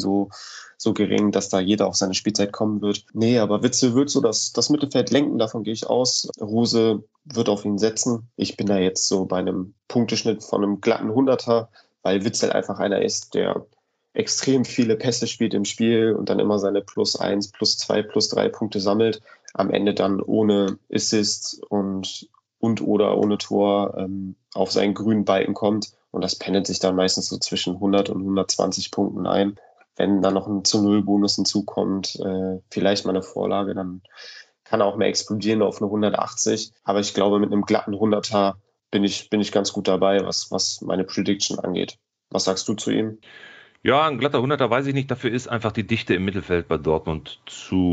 [SPEAKER 2] so gering, dass da jeder auf seine Spielzeit kommen wird. Nee, aber Witzel wird so das Mittelfeld lenken, davon gehe ich aus. Rose wird auf ihn setzen. Ich bin da jetzt so bei einem Punkteschnitt von einem glatten 100er, weil Witzel einfach einer ist, der extrem viele Pässe spielt im Spiel und dann immer seine +1, +2, +3 Punkte sammelt. Am Ende dann ohne Assist und oder ohne Tor auf seinen grünen Balken kommt. Und das pendelt sich dann meistens so zwischen 100 und 120 Punkten ein. Wenn dann noch ein zu-0-Bonus hinzukommt, vielleicht mal eine Vorlage, dann kann er auch mehr explodieren auf eine 180. Aber ich glaube, mit einem glatten 100er bin ich ganz gut dabei, was meine Prediction angeht. Was sagst du zu ihm?
[SPEAKER 1] Ja, ein glatter 100er weiß ich nicht. Dafür ist einfach die Dichte im Mittelfeld bei Dortmund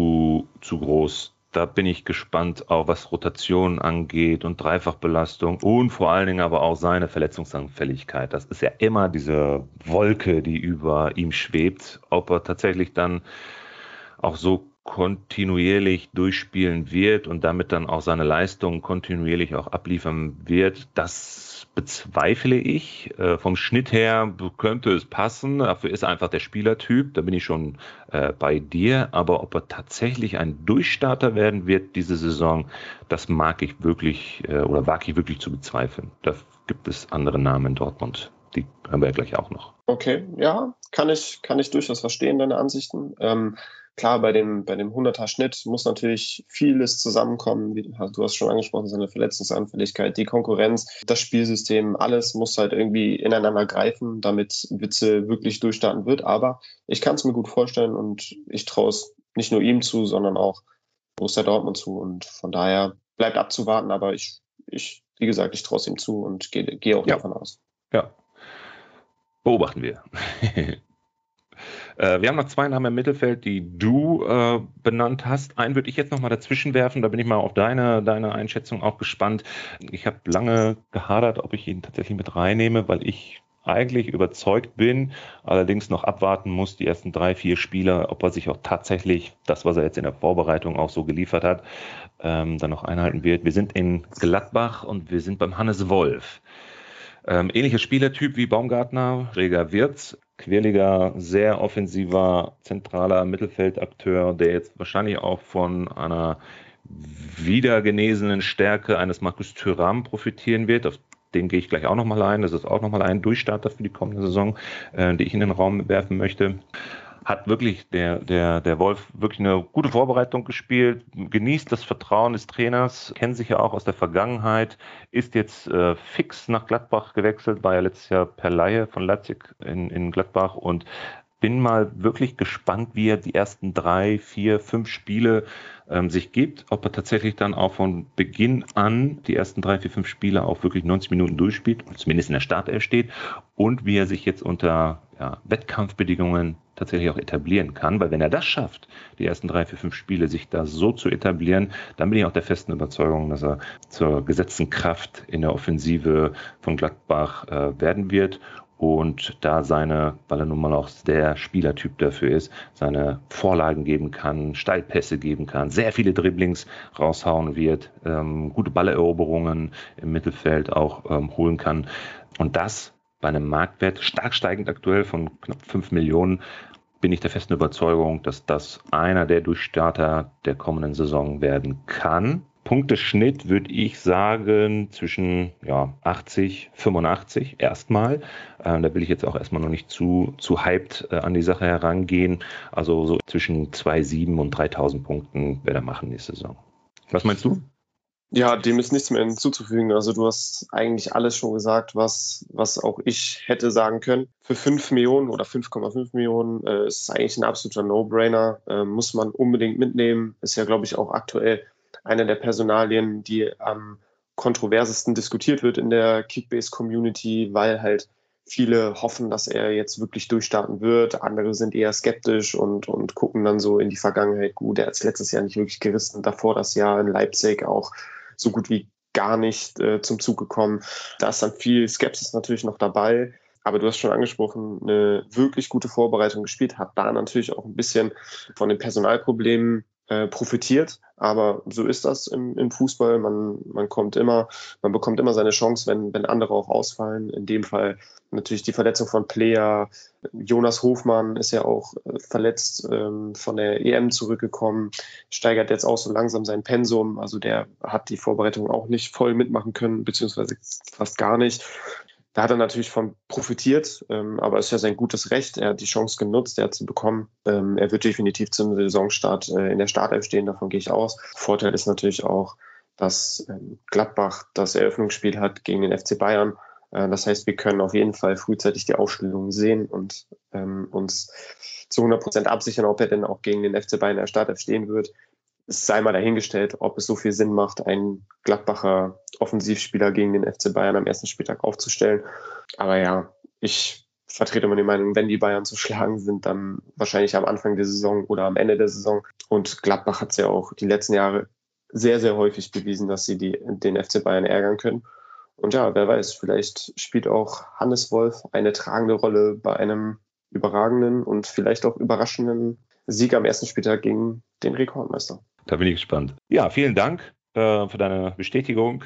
[SPEAKER 1] zu groß. Da bin ich gespannt, auch was Rotation angeht und Dreifachbelastung und vor allen Dingen aber auch seine Verletzungsanfälligkeit. Das ist ja immer diese Wolke, die über ihm schwebt. Ob er tatsächlich dann auch so kontinuierlich durchspielen wird und damit dann auch seine Leistung kontinuierlich auch abliefern wird, das bezweifle ich. Vom Schnitt her könnte es passen, dafür ist er einfach der Spielertyp, da bin ich schon bei dir, aber ob er tatsächlich ein Durchstarter werden wird diese Saison, das mag ich wirklich oder wage ich wirklich zu bezweifeln. Da gibt es andere Namen in Dortmund, die hören wir ja gleich auch noch.
[SPEAKER 2] Okay, ja, kann ich durchaus verstehen, deine Ansichten. Klar, bei dem 100er Schnitt muss natürlich vieles zusammenkommen. Du hast schon angesprochen, seine Verletzungsanfälligkeit, die Konkurrenz, das Spielsystem, alles muss halt irgendwie ineinander greifen, damit Witzel wirklich durchstarten wird. Aber ich kann es mir gut vorstellen und ich traue es nicht nur ihm zu, sondern auch Borussia Dortmund zu. Und von daher bleibt abzuwarten, aber wie gesagt, ich traue es ihm zu und gehe auch
[SPEAKER 1] Ja,
[SPEAKER 2] davon aus.
[SPEAKER 1] ja, beobachten wir. Wir haben noch zwei Namen im Mittelfeld, die du benannt hast. Einen würde ich jetzt noch mal dazwischen werfen. Da bin ich mal auf deine Einschätzung auch gespannt. Ich habe lange gehadert, ob ich ihn tatsächlich mit reinnehme, weil ich eigentlich überzeugt bin, allerdings noch abwarten muss, die ersten 3, 4 Spiele, ob er sich auch tatsächlich das, was er jetzt in der Vorbereitung auch so geliefert hat, dann noch einhalten wird. Wir sind in Gladbach und wir sind beim Hannes Wolf. Ähnlicher Spielertyp wie Baumgartner, reger Wirtz, quirliger, sehr offensiver, zentraler Mittelfeldakteur, der jetzt wahrscheinlich auch von einer wiedergenesenen Stärke eines Markus Thuram profitieren wird. Auf den gehe ich gleich auch nochmal ein. Das ist auch nochmal ein Durchstarter für die kommende Saison, die ich in den Raum werfen möchte. Hat wirklich der Wolf wirklich eine gute Vorbereitung gespielt, genießt das Vertrauen des Trainers, kennt sich ja auch aus der Vergangenheit, ist jetzt fix nach Gladbach gewechselt, war ja letztes Jahr per Leihe von Leipzig in Gladbach und bin mal wirklich gespannt, wie er die ersten 3, 4, 5 Spiele sich gibt, ob er tatsächlich dann auch von Beginn an die ersten 3, 4, 5 Spiele auch wirklich 90 Minuten durchspielt, zumindest in der Startelf steht und wie er sich jetzt unter Wettkampfbedingungen tatsächlich auch etablieren kann, weil wenn er das schafft, die ersten 3, 4, 5 Spiele sich da so zu etablieren, dann bin ich auch der festen Überzeugung, dass er zur gesetzten Kraft in der Offensive von Gladbach werden wird. Und da weil er nun mal auch der Spielertyp dafür ist, seine Vorlagen geben kann, Steilpässe geben kann, sehr viele Dribblings raushauen wird, gute Balleroberungen im Mittelfeld auch holen kann. Und das bei einem Marktwert stark steigend aktuell von knapp 5 Millionen bin ich der festen Überzeugung, dass das einer der Durchstarter der kommenden Saison werden kann. Punkteschnitt würde ich sagen zwischen 80, 85 erstmal. Da will ich jetzt auch erstmal noch nicht zu hyped an die Sache herangehen. Also so zwischen 2,7 und 3.000 Punkten werde er machen nächste Saison. Was meinst du?
[SPEAKER 2] Ja, dem ist nichts mehr hinzuzufügen. Also du hast eigentlich alles schon gesagt, was auch ich hätte sagen können. Für 5 Millionen oder 5,5 Millionen ist es eigentlich ein absoluter No-Brainer. Muss man unbedingt mitnehmen. Ist ja, glaube ich, auch aktuell eine der Personalien, die am kontroversesten diskutiert wird in der Kickbase-Community, weil halt viele hoffen, dass er jetzt wirklich durchstarten wird. Andere sind eher skeptisch und gucken dann so in die Vergangenheit. Gut, er hat es letztes Jahr nicht wirklich gerissen. Davor das Jahr in Leipzig auch so gut wie gar nicht zum Zug gekommen. Da ist dann viel Skepsis natürlich noch dabei. Aber du hast schon angesprochen, eine wirklich gute Vorbereitung gespielt, hat da natürlich auch ein bisschen von den Personalproblemen profitiert. Aber so ist das im Fußball. Man bekommt immer seine Chance, wenn andere auch ausfallen. In dem Fall natürlich die Verletzung von Player. Jonas Hofmann ist ja auch verletzt von der EM zurückgekommen, steigert jetzt auch so langsam sein Pensum. Also der hat die Vorbereitung auch nicht voll mitmachen können, beziehungsweise fast gar nicht. Da hat er natürlich von profitiert, aber es ist ja sein gutes Recht. Er hat die Chance genutzt, er hat sie bekommen. Er wird definitiv zum Saisonstart in der Startelf stehen, davon gehe ich aus. Vorteil ist natürlich auch, dass Gladbach das Eröffnungsspiel hat gegen den FC Bayern. Das heißt, wir können auf jeden Fall frühzeitig die Aufstellung sehen und uns zu 100% absichern, ob er denn auch gegen den FC Bayern in der Startelf stehen wird. Es sei mal dahingestellt, ob es so viel Sinn macht, einen Gladbacher Offensivspieler gegen den FC Bayern am ersten Spieltag aufzustellen. Aber ja, ich vertrete immer die Meinung, wenn die Bayern zu schlagen sind, dann wahrscheinlich am Anfang der Saison oder am Ende der Saison. Und Gladbach hat es ja auch die letzten Jahre sehr, sehr häufig bewiesen, dass sie den FC Bayern ärgern können. Und ja, wer weiß, vielleicht spielt auch Hannes Wolf eine tragende Rolle bei einem überragenden und vielleicht auch überraschenden Sieg am ersten Spieltag gegen den Rekordmeister.
[SPEAKER 1] Da bin ich gespannt. Ja, vielen Dank für deine Bestätigung.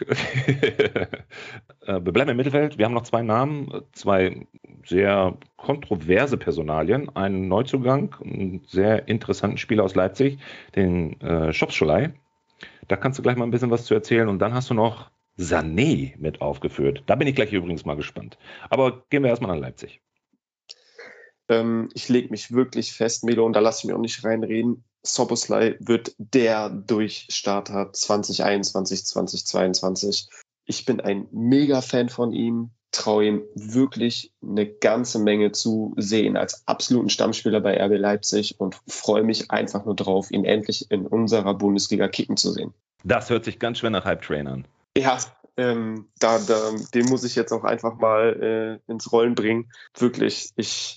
[SPEAKER 1] Wir bleiben im Mittelfeld. Wir haben noch zwei Namen, zwei sehr kontroverse Personalien. Einen Neuzugang, einen sehr interessanten Spieler aus Leipzig, den Schopscholei. Da kannst du gleich mal ein bisschen was zu erzählen. Und dann hast du noch Sané mit aufgeführt. Da bin ich gleich übrigens mal gespannt. Aber gehen wir erstmal nach Leipzig.
[SPEAKER 2] Ich lege mich wirklich fest, Melo, und da lasse ich mich auch nicht reinreden. Szoboszlai wird der Durchstarter 2021, 2022. Ich bin ein Mega-Fan von ihm, traue ihm wirklich eine ganze Menge zu, sehen als absoluten Stammspieler bei RB Leipzig und freue mich einfach nur drauf, ihn endlich in unserer Bundesliga kicken zu sehen.
[SPEAKER 1] Das hört sich ganz schwer nach Hype-Train an.
[SPEAKER 2] Ja, den muss ich jetzt auch einfach mal ins Rollen bringen. Wirklich,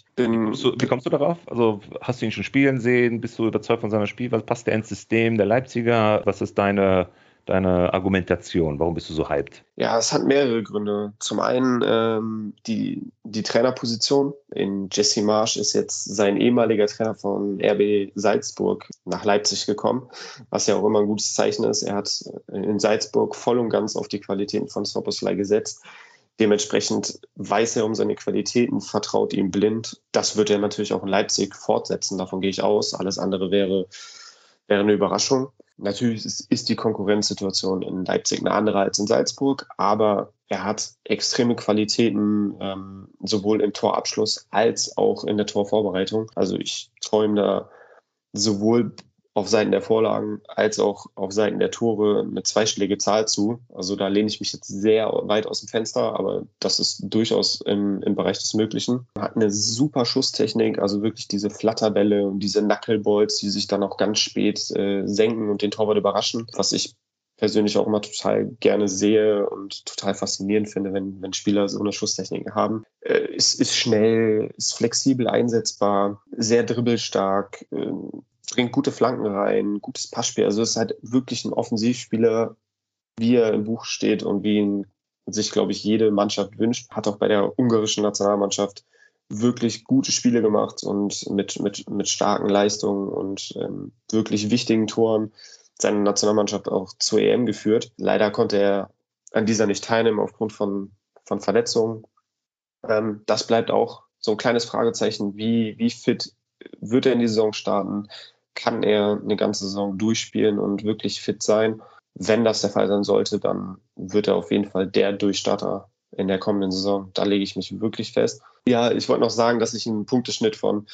[SPEAKER 1] Wie kommst du darauf? Also hast du ihn schon spielen sehen? Bist du überzeugt von seinem Spiel? Was passt der ins System der Leipziger? Was ist deine Argumentation? Warum bist du so hyped?
[SPEAKER 2] Ja, es hat mehrere Gründe. Zum einen die Trainerposition. In Jesse Marsch ist jetzt sein ehemaliger Trainer von RB Salzburg nach Leipzig gekommen, was ja auch immer ein gutes Zeichen ist. Er hat in Salzburg voll und ganz auf die Qualitäten von Szoboszlai gesetzt. Dementsprechend weiß er um seine Qualitäten, vertraut ihm blind. Das wird er natürlich auch in Leipzig fortsetzen, davon gehe ich aus. Alles andere wäre eine Überraschung. Natürlich ist die Konkurrenzsituation in Leipzig eine andere als in Salzburg, aber er hat extreme Qualitäten, sowohl im Torabschluss als auch in der Torvorbereitung. Also ich träume da sowohl auf Seiten der Vorlagen als auch auf Seiten der Tore eine zweistellige Zahl zu. Also da lehne ich mich jetzt sehr weit aus dem Fenster, aber das ist durchaus im Bereich des Möglichen. Er hat eine super Schusstechnik, also wirklich diese Flatterbälle und diese Knuckleballs, die sich dann auch ganz spät senken und den Torwart überraschen, was ich persönlich auch immer total gerne sehe und total faszinierend finde, wenn Spieler so eine Schusstechnik haben. Ist schnell, ist flexibel einsetzbar, sehr dribbelstark, bringt gute Flanken rein, gutes Passspiel. Also es ist halt wirklich ein Offensivspieler, wie er im Buch steht und wie ihn sich, glaube ich, jede Mannschaft wünscht. Hat auch bei der ungarischen Nationalmannschaft wirklich gute Spiele gemacht und mit starken Leistungen und wirklich wichtigen Toren seine Nationalmannschaft auch zur EM geführt. Leider konnte er an dieser nicht teilnehmen aufgrund von Verletzungen. Das bleibt auch so ein kleines Fragezeichen, wie fit wird er in die Saison starten? Kann er eine ganze Saison durchspielen und wirklich fit sein? Wenn das der Fall sein sollte, dann wird er auf jeden Fall der Durchstarter in der kommenden Saison. Da lege ich mich wirklich fest. Ja, ich wollte noch sagen, dass ich einen Punkteschnitt von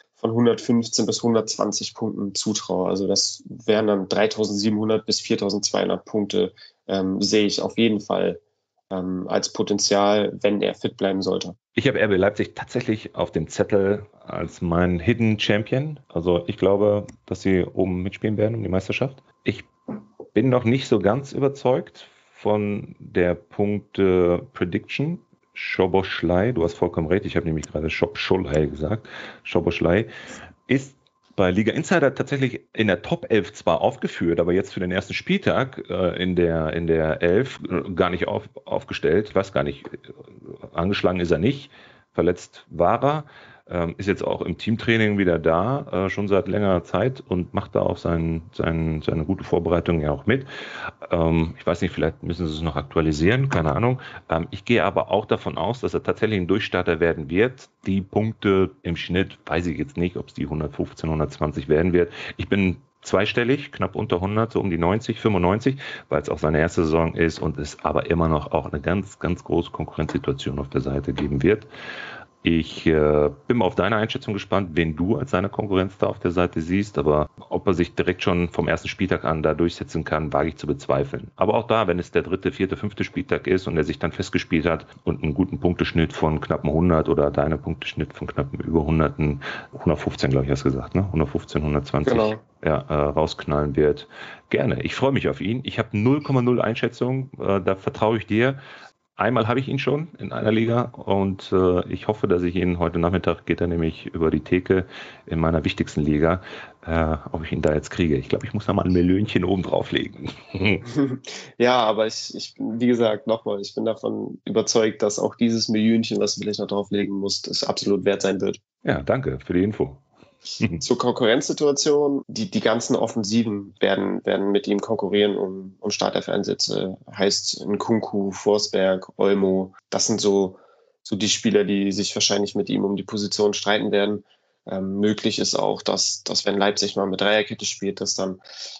[SPEAKER 2] 115 bis 120 Punkten zutraue. Also das wären dann 3.700 bis 4.200 Punkte sehe ich auf jeden Fall als Potenzial, wenn er fit bleiben sollte.
[SPEAKER 1] Ich habe RB Leipzig tatsächlich auf dem Zettel als mein Hidden Champion. Also ich glaube, dass sie oben mitspielen werden um die Meisterschaft. Ich bin noch nicht so ganz überzeugt von der Punkte Prediction. Szoboszlai, du hast vollkommen recht, ich habe nämlich gerade Szoboszlai gesagt. Szoboszlai ist bei Liga Insider tatsächlich in der Top 11 zwar aufgeführt, aber jetzt für den ersten Spieltag in der 11 gar nicht aufgestellt. Ich weiß gar nicht, angeschlagen ist er nicht, verletzt war er. Ist jetzt auch im Teamtraining wieder da, schon seit längerer Zeit und macht da auch seine gute Vorbereitung ja auch mit. Ich weiß nicht, vielleicht müssen sie es noch aktualisieren, keine Ahnung. Ich gehe aber auch davon aus, dass er tatsächlich ein Durchstarter werden wird. Die Punkte im Schnitt, weiß ich jetzt nicht, ob es die 115, 120 werden wird. Ich bin zweistellig, knapp unter 100, so um die 90, 95, weil es auch seine erste Saison ist und es aber immer noch auch eine ganz, ganz große Konkurrenzsituation auf der Seite geben wird. Ich bin mal auf deine Einschätzung gespannt, wen du als seine Konkurrenz da auf der Seite siehst, aber ob er sich direkt schon vom ersten Spieltag an da durchsetzen kann, wage ich zu bezweifeln. Aber auch da, wenn es der 3., 4., 5. Spieltag ist und er sich dann festgespielt hat und einen guten Punkteschnitt von knappen 100 oder deine Punkteschnitt von knappen über 100, 115, glaube ich, hast du gesagt, ne? 115, 120, genau. Ja, rausknallen wird. Gerne. Ich freue mich auf ihn. Ich habe 0,0 Einschätzung, da vertraue ich dir. Einmal habe ich ihn schon in einer Liga und ich hoffe, dass ich ihn heute Nachmittag, geht er nämlich über die Theke in meiner wichtigsten Liga, ob ich ihn da jetzt kriege. Ich glaube, ich muss da mal ein Millionchen oben drauflegen.
[SPEAKER 2] Ja, aber ich wie gesagt, nochmal, ich bin davon überzeugt, dass auch dieses Millionchen, was du vielleicht noch drauflegen musst, es absolut wert sein wird.
[SPEAKER 1] Ja, danke für die Info.
[SPEAKER 2] Zur Konkurrenzsituation, die ganzen Offensiven werden mit ihm konkurrieren um Startelf-Einsätze. Heißt Nkunku, Forsberg, Olmo, das sind so die Spieler, die sich wahrscheinlich mit ihm um die Position streiten werden. Möglich ist auch, dass wenn Leipzig mal mit Dreierkette spielt, dass dann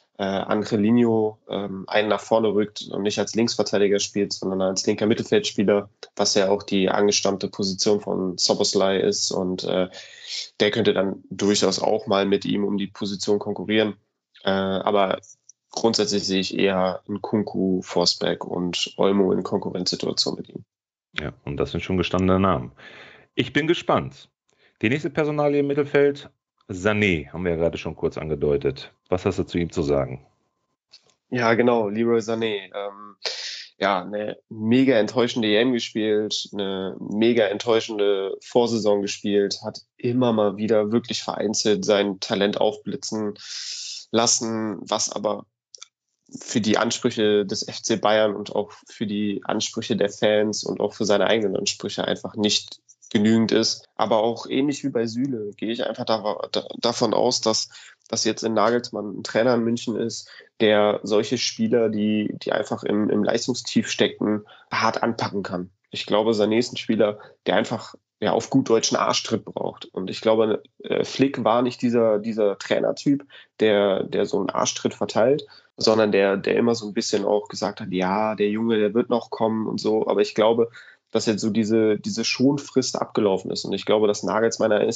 [SPEAKER 2] Angelino einen nach vorne rückt und nicht als Linksverteidiger spielt, sondern als linker Mittelfeldspieler, was ja auch die angestammte Position von Szoboszlai ist und der könnte dann durchaus auch mal mit ihm um die Position konkurrieren. Aber grundsätzlich sehe ich eher Nkunku, Forsberg und Olmo in Konkurrenzsituation mit ihm.
[SPEAKER 1] Ja, und das sind schon gestandene Namen. Ich bin gespannt. Die nächste Personalie im Mittelfeld, Sané, haben wir ja gerade schon kurz angedeutet. Was hast du zu ihm zu sagen?
[SPEAKER 2] Ja, genau, Leroy Sané. Eine mega enttäuschende EM gespielt, eine mega enttäuschende Vorsaison gespielt, hat immer mal wieder wirklich vereinzelt sein Talent aufblitzen lassen, was aber für die Ansprüche des FC Bayern und auch für die Ansprüche der Fans und auch für seine eigenen Ansprüche einfach nicht genügend ist. Aber auch ähnlich wie bei Süle gehe ich einfach davon aus, dass jetzt in Nagelsmann ein Trainer in München ist, der solche Spieler, die einfach im Leistungstief stecken, hart anpacken kann. Ich glaube, Sané ist ein Spieler, der einfach auf gut deutschen Arschtritt braucht. Und ich glaube, Flick war nicht dieser Trainertyp, der so einen Arschtritt verteilt, sondern der immer so ein bisschen auch gesagt hat, ja, der Junge, der wird noch kommen und so. Aber ich glaube, dass jetzt so diese Schonfrist abgelaufen ist. Und ich glaube, dass Nagelsmann einer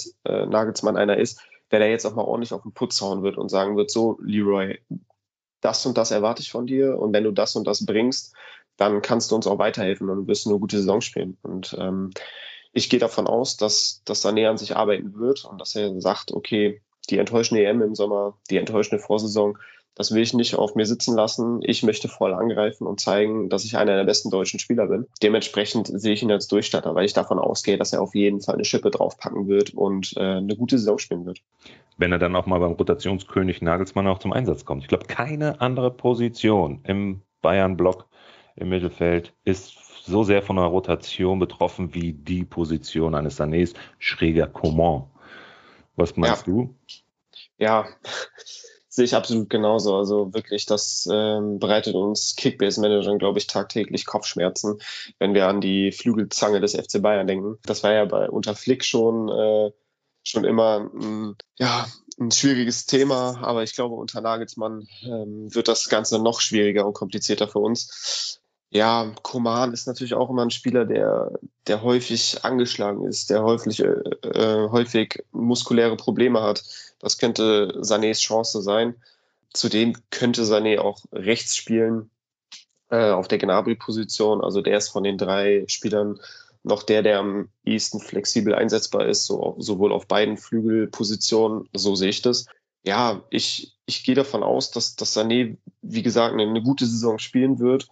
[SPEAKER 2] ist, der da jetzt auch mal ordentlich auf den Putz hauen wird und sagen wird, so, Leroy, das und das erwarte ich von dir. Und wenn du das und das bringst, dann kannst du uns auch weiterhelfen und wirst eine gute Saison spielen. Und ich gehe davon aus, dass Sané an sich arbeiten wird und dass er sagt, okay, die enttäuschende EM im Sommer, die enttäuschende Vorsaison, das will ich nicht auf mir sitzen lassen. Ich möchte voll angreifen und zeigen, dass ich einer der besten deutschen Spieler bin. Dementsprechend sehe ich ihn als Durchstarter, weil ich davon ausgehe, dass er auf jeden Fall eine Schippe draufpacken wird und eine gute Saison spielen wird.
[SPEAKER 1] Wenn er dann auch mal beim Rotationskönig Nagelsmann auch zum Einsatz kommt. Ich glaube, keine andere Position im Bayern-Block im Mittelfeld ist so sehr von einer Rotation betroffen wie die Position eines Sanés, schräger Coman. Was meinst du?
[SPEAKER 2] Ja, sehe ich absolut genauso. Also wirklich, das bereitet uns Kickbase-Managern, glaube ich, tagtäglich Kopfschmerzen, wenn wir an die Flügelzange des FC Bayern denken. Das war ja unter Flick schon immer ein schwieriges Thema, aber ich glaube, unter Nagelsmann wird das Ganze noch schwieriger und komplizierter für uns. Ja, Coman ist natürlich auch immer ein Spieler, der häufig angeschlagen ist, der häufig muskuläre Probleme hat. Das könnte Sanés Chance sein. Zudem könnte Sané auch rechts spielen. auf der Gnabry-Position. Also der ist von den 3 Spielern noch der am ehesten flexibel einsetzbar ist, sowohl auf beiden Flügelpositionen, so sehe ich das. Ja, ich gehe davon aus, dass Sané, wie gesagt, eine gute Saison spielen wird,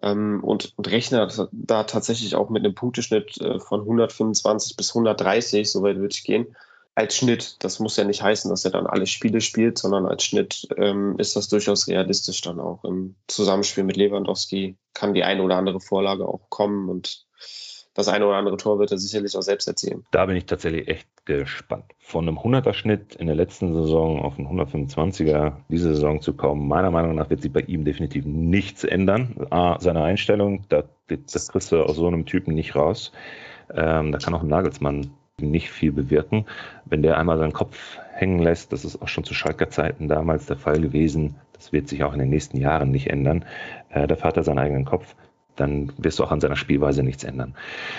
[SPEAKER 2] und rechne da tatsächlich auch mit einem Punkteschnitt von 125 bis 130, soweit würde ich gehen. Als Schnitt, das muss ja nicht heißen, dass er dann alle Spiele spielt, sondern als Schnitt ist das durchaus realistisch dann auch. Im Zusammenspiel mit Lewandowski kann die eine oder andere Vorlage auch kommen und das eine oder andere Tor wird er sicherlich auch selbst erzielen.
[SPEAKER 1] Da bin ich tatsächlich echt gespannt. Von einem 100er-Schnitt in der letzten Saison auf einen 125er diese Saison zu kommen, meiner Meinung nach wird sich bei ihm definitiv nichts ändern. Seine Einstellung, das kriegst du aus so einem Typen nicht raus. Da kann auch ein Nagelsmann nicht viel bewirken. Wenn der einmal seinen Kopf hängen lässt, das ist auch schon zu Schalker Zeiten damals der Fall gewesen, das wird sich auch in den nächsten Jahren nicht ändern. Da fährt er seinen eigenen Kopf, dann wirst du auch an seiner Spielweise nichts ändern.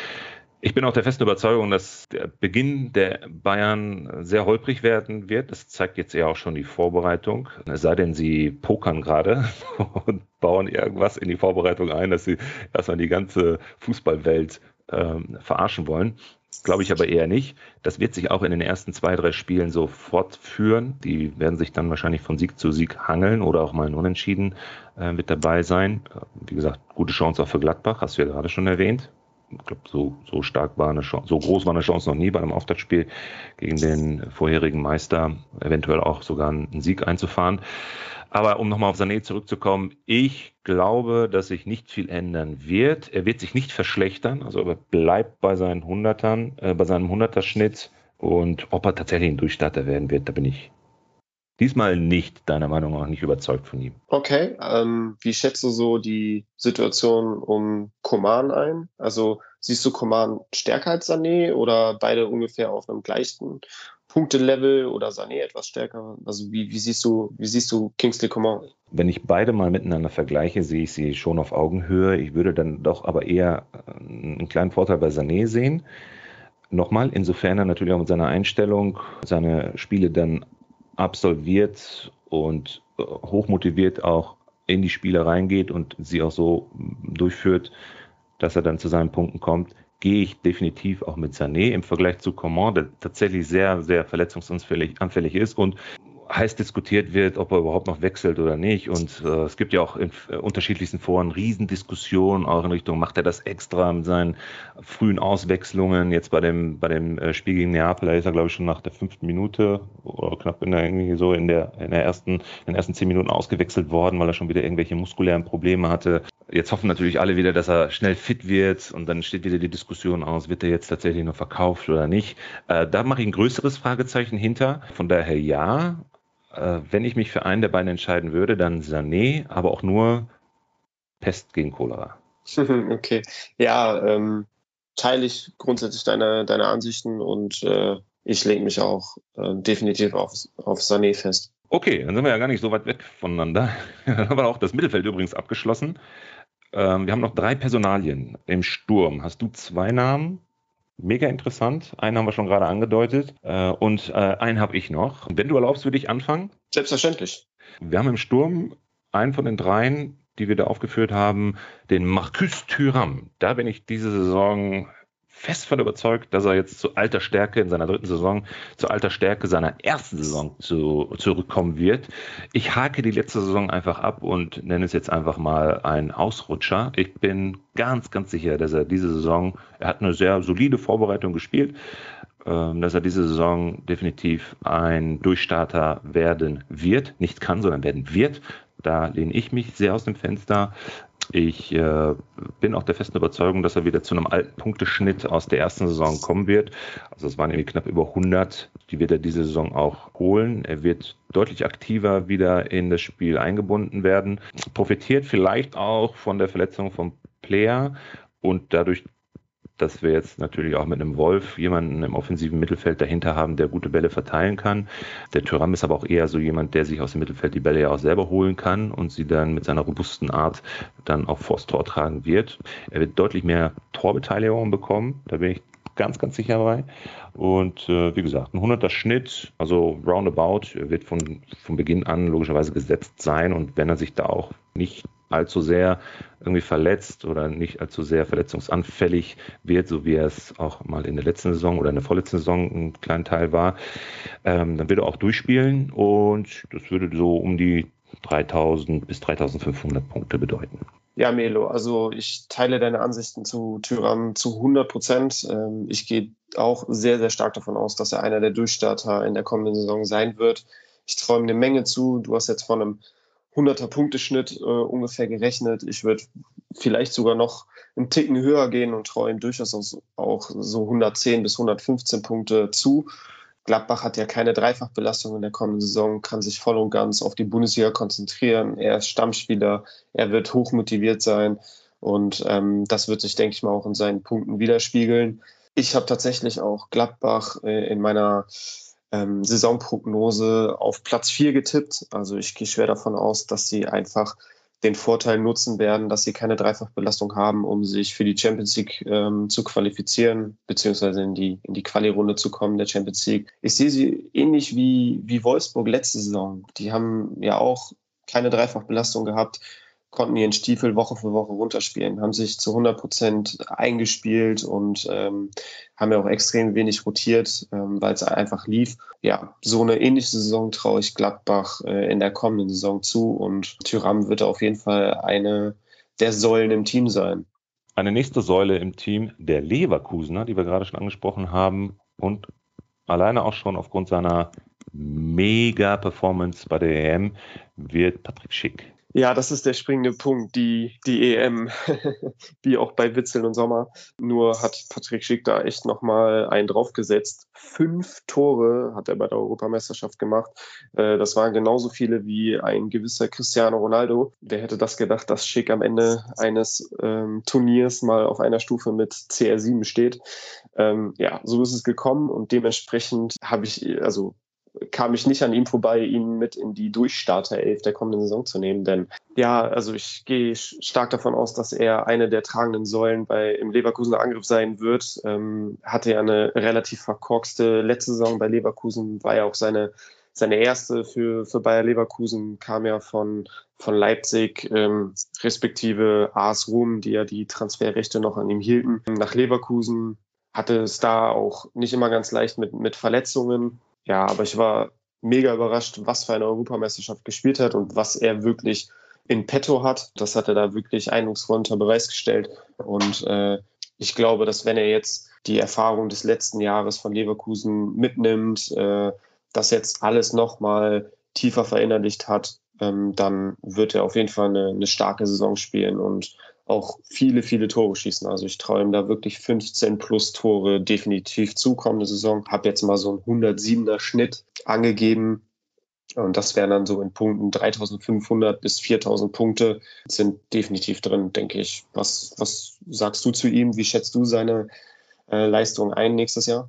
[SPEAKER 1] Ich bin auch der festen Überzeugung, dass der Beginn der Bayern sehr holprig werden wird. Das zeigt jetzt ja auch schon die Vorbereitung. Es sei denn, sie pokern gerade und bauen irgendwas in die Vorbereitung ein, dass sie erstmal die ganze Fußballwelt verarschen wollen. Glaube ich aber eher nicht. Das wird sich auch in den ersten 2, 3 Spielen so fortführen. Die werden sich dann wahrscheinlich von Sieg zu Sieg hangeln oder auch mal ein Unentschieden mit dabei sein. Wie gesagt, gute Chance auch für Gladbach, hast du ja gerade schon erwähnt. Ich glaube, so stark war eine Chance, so groß war eine Chance noch nie bei einem Auftaktspiel gegen den vorherigen Meister, eventuell auch sogar einen Sieg einzufahren. Aber um nochmal auf Sané zurückzukommen, ich glaube, dass sich nicht viel ändern wird. Er wird sich nicht verschlechtern, also er bleibt bei seinen 100ern, bei seinem 100er-Schnitt. Und ob er tatsächlich ein Durchstarter werden wird, da bin ich diesmal nicht, deiner Meinung nach, nicht überzeugt von ihm.
[SPEAKER 2] Okay, wie schätzt du so die Situation um Coman ein? Also siehst du Coman stärker als Sané oder beide ungefähr auf einem gleichen Punktelevel oder Sané etwas stärker? Also wie siehst du Kingsley Coman?
[SPEAKER 1] Wenn ich beide mal miteinander vergleiche, sehe ich sie schon auf Augenhöhe. Ich würde dann doch aber eher einen kleinen Vorteil bei Sané sehen. Nochmal, insofern er natürlich auch mit seiner Einstellung seine Spiele dann absolviert und hochmotiviert auch in die Spiele reingeht und sie auch so durchführt, dass er dann zu seinen Punkten kommt, gehe ich definitiv auch mit Sané im Vergleich zu Coman, der tatsächlich sehr, sehr verletzungsanfällig ist und heiß diskutiert wird, ob er überhaupt noch wechselt oder nicht. Und es gibt ja auch in unterschiedlichsten Foren Riesendiskussionen, auch in Richtung, macht er das extra mit seinen frühen Auswechslungen. Jetzt bei dem Spiel gegen Neapel, da ist er, glaube ich, schon nach der 5. Minute oder knapp irgendwie so in den ersten 10 Minuten ausgewechselt worden, weil er schon wieder irgendwelche muskulären Probleme hatte. Jetzt hoffen natürlich alle wieder, dass er schnell fit wird und dann steht wieder die Diskussion aus, wird er jetzt tatsächlich noch verkauft oder nicht. Da mache ich ein größeres Fragezeichen hinter. Von daher ja. Wenn ich mich für einen der beiden entscheiden würde, dann Sané, aber auch nur Pest gegen Cholera.
[SPEAKER 2] Okay, ja, teile ich grundsätzlich deine Ansichten und ich lege mich auch definitiv auf Sané fest.
[SPEAKER 1] Okay, dann sind wir ja gar nicht so weit weg voneinander. Dann haben wir auch das Mittelfeld übrigens abgeschlossen. Wir haben noch 3 Personalien im Sturm. Hast du 2 Namen? Mega interessant. Einen haben wir schon gerade angedeutet und einen habe ich noch. Wenn du erlaubst, würde ich anfangen.
[SPEAKER 2] Selbstverständlich.
[SPEAKER 1] Wir haben im Sturm einen von den 3, die wir da aufgeführt haben, den Marcus Thuram. Da bin ich diese Saison fest von überzeugt, dass er jetzt zu alter Stärke in seiner 3. Saison, zu alter Stärke seiner 1. Saison zurückkommen wird. Ich hake die letzte Saison einfach ab und nenne es jetzt einfach mal einen Ausrutscher. Ich bin ganz, ganz sicher, dass er diese Saison, er hat eine sehr solide Vorbereitung gespielt, dass er diese Saison definitiv ein Durchstarter werden wird. Nicht kann, sondern werden wird. Da lehne ich mich sehr aus dem Fenster. Ich bin auch der festen Überzeugung, dass er wieder zu einem alten Punkteschnitt aus der 1. Saison kommen wird. Also es waren irgendwie knapp über 100. Die wird er diese Saison auch holen. Er wird deutlich aktiver wieder in das Spiel eingebunden werden. Profitiert vielleicht auch von der Verletzung von Player und dadurch, dass wir jetzt natürlich auch mit einem Wolf jemanden im offensiven Mittelfeld dahinter haben, der gute Bälle verteilen kann. Der Thuram ist aber auch eher so jemand, der sich aus dem Mittelfeld die Bälle ja auch selber holen kann und sie dann mit seiner robusten Art dann auch vors Tor tragen wird. Er wird deutlich mehr Torbeteiligung bekommen, da bin ich ganz, ganz sicher bei. Und wie gesagt, ein 100er Schnitt, also roundabout, wird von Beginn an logischerweise gesetzt sein und wenn er sich da auch nicht allzu sehr irgendwie verletzt oder nicht allzu sehr verletzungsanfällig wird, so wie er es auch mal in der letzten Saison oder in der vorletzten Saison einen kleinen Teil war, dann wird er auch durchspielen und das würde so um die 3000 bis 3500 Punkte bedeuten.
[SPEAKER 2] Ja, Melo, also ich teile deine Ansichten zu Thuram zu 100%. Ich gehe auch sehr, sehr stark davon aus, dass er einer der Durchstarter in der kommenden Saison sein wird. Ich traue ihm eine Menge zu. Du hast jetzt von einem 100er-Punkteschnitt ungefähr gerechnet. Ich würde vielleicht sogar noch einen Ticken höher gehen und traue ihm durchaus auch so 110 bis 115 Punkte zu. Gladbach hat ja keine Dreifachbelastung in der kommenden Saison, kann sich voll und ganz auf die Bundesliga konzentrieren. Er ist Stammspieler, er wird hochmotiviert sein und das wird sich, denke ich mal, auch in seinen Punkten widerspiegeln. Ich habe tatsächlich auch Gladbach in meiner Saisonprognose auf Platz 4 getippt. Also ich gehe schwer davon aus, dass sie einfach den Vorteil nutzen werden, dass sie keine Dreifachbelastung haben, um sich für die Champions League zu qualifizieren, beziehungsweise in die Quali-Runde zu kommen der Champions League. Ich sehe sie ähnlich wie Wolfsburg letzte Saison. Die haben ja auch keine Dreifachbelastung gehabt, konnten ihren Stiefel Woche für Woche runterspielen, haben sich zu 100% eingespielt und haben ja auch extrem wenig rotiert, weil es einfach lief. Ja, so eine ähnliche Saison traue ich Gladbach in der kommenden Saison zu und Thuram wird auf jeden Fall eine der Säulen im Team sein.
[SPEAKER 1] Eine nächste Säule im Team, der Leverkusener, die wir gerade schon angesprochen haben und alleine auch schon aufgrund seiner Mega-Performance bei der EM wird Patrick Schick.
[SPEAKER 2] Ja, das ist der springende Punkt, die EM, wie auch bei Witzel und Sommer. Nur hat Patrick Schick da echt nochmal einen draufgesetzt. 5 Tore hat er bei der Europameisterschaft gemacht. Das waren genauso viele wie ein gewisser Cristiano Ronaldo. Wer hätte das gedacht, dass Schick am Ende eines Turniers mal auf einer Stufe mit CR7 steht. Ja, so ist es gekommen und dementsprechend kam ich nicht an ihm vorbei, ihn mit in die Durchstarter-Elf der kommenden Saison zu nehmen. Denn ja, also ich gehe stark davon aus, dass er eine der tragenden Säulen im Leverkusener Angriff sein wird. Hatte ja eine relativ verkorkste letzte Saison bei Leverkusen, war ja auch seine erste für Bayer Leverkusen, kam ja von Leipzig, respektive AS Rom, die ja die Transferrechte noch an ihm hielten, nach Leverkusen. Hatte es da auch nicht immer ganz leicht mit Verletzungen. Ja, aber ich war mega überrascht, was für eine Europameisterschaft gespielt hat und was er wirklich in petto hat. Das hat er da wirklich eindrucksvoll unter Beweis gestellt. Und ich glaube, dass wenn er jetzt die Erfahrung des letzten Jahres von Leverkusen mitnimmt, das jetzt alles nochmal tiefer verinnerlicht hat, dann wird er auf jeden Fall eine starke Saison spielen und auch viele, viele Tore schießen. Also ich traue ihm da wirklich 15 plus Tore definitiv zu kommende Saison. Habe jetzt mal so einen 107er Schnitt angegeben. Und das wären dann so in Punkten 3500 bis 4000 Punkte sind definitiv drin, denke ich. Was sagst du zu ihm? Wie schätzt du seine Leistung ein nächstes Jahr?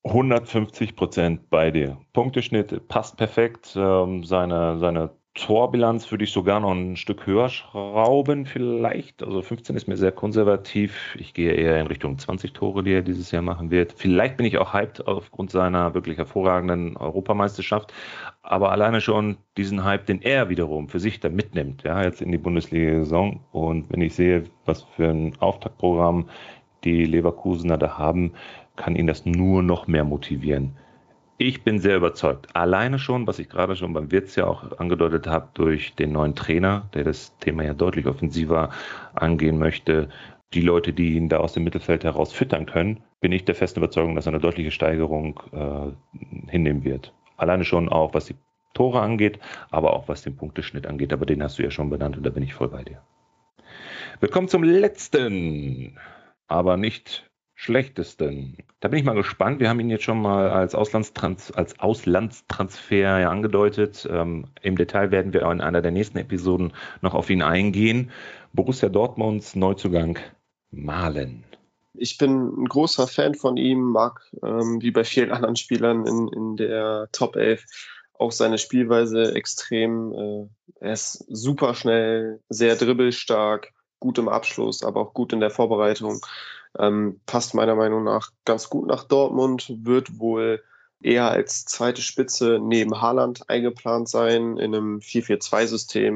[SPEAKER 1] 150% bei dir. Punkteschnitt passt perfekt. Seine Torbilanz würde ich sogar noch ein Stück höher schrauben vielleicht. Also 15 ist mir sehr konservativ. Ich gehe eher in Richtung 20 Tore, die er dieses Jahr machen wird. Vielleicht bin ich auch hyped aufgrund seiner wirklich hervorragenden Europameisterschaft. Aber alleine schon diesen Hype, den er wiederum für sich dann mitnimmt, ja, jetzt in die Bundesliga-Saison. Und wenn ich sehe, was für ein Auftaktprogramm die Leverkusener da haben, kann ihn das nur noch mehr motivieren. Ich bin sehr überzeugt. Alleine schon, was ich gerade schon beim Wirtz ja auch angedeutet habe, durch den neuen Trainer, der das Thema ja deutlich offensiver angehen möchte, die Leute, die ihn da aus dem Mittelfeld heraus füttern können, bin ich der festen Überzeugung, dass er eine deutliche Steigerung hinnehmen wird. Alleine schon auch, was die Tore angeht, aber auch was den Punkteschnitt angeht. Aber den hast du ja schon benannt und da bin ich voll bei dir. Wir kommen zum letzten, aber nicht schlechtesten. Da bin ich mal gespannt. Wir haben ihn jetzt schon mal als Auslandstransfer ja angedeutet. Im Detail werden wir in einer der nächsten Episoden noch auf ihn eingehen. Borussia Dortmunds Neuzugang Malen.
[SPEAKER 2] Ich bin ein großer Fan von ihm, mag wie bei vielen anderen Spielern in der Top 11 auch seine Spielweise extrem. Er ist super schnell, sehr dribbelstark, gut im Abschluss, aber auch gut in der Vorbereitung. Passt meiner Meinung nach ganz gut nach Dortmund, wird wohl eher als zweite Spitze neben Haaland eingeplant sein in einem 4-4-2-System.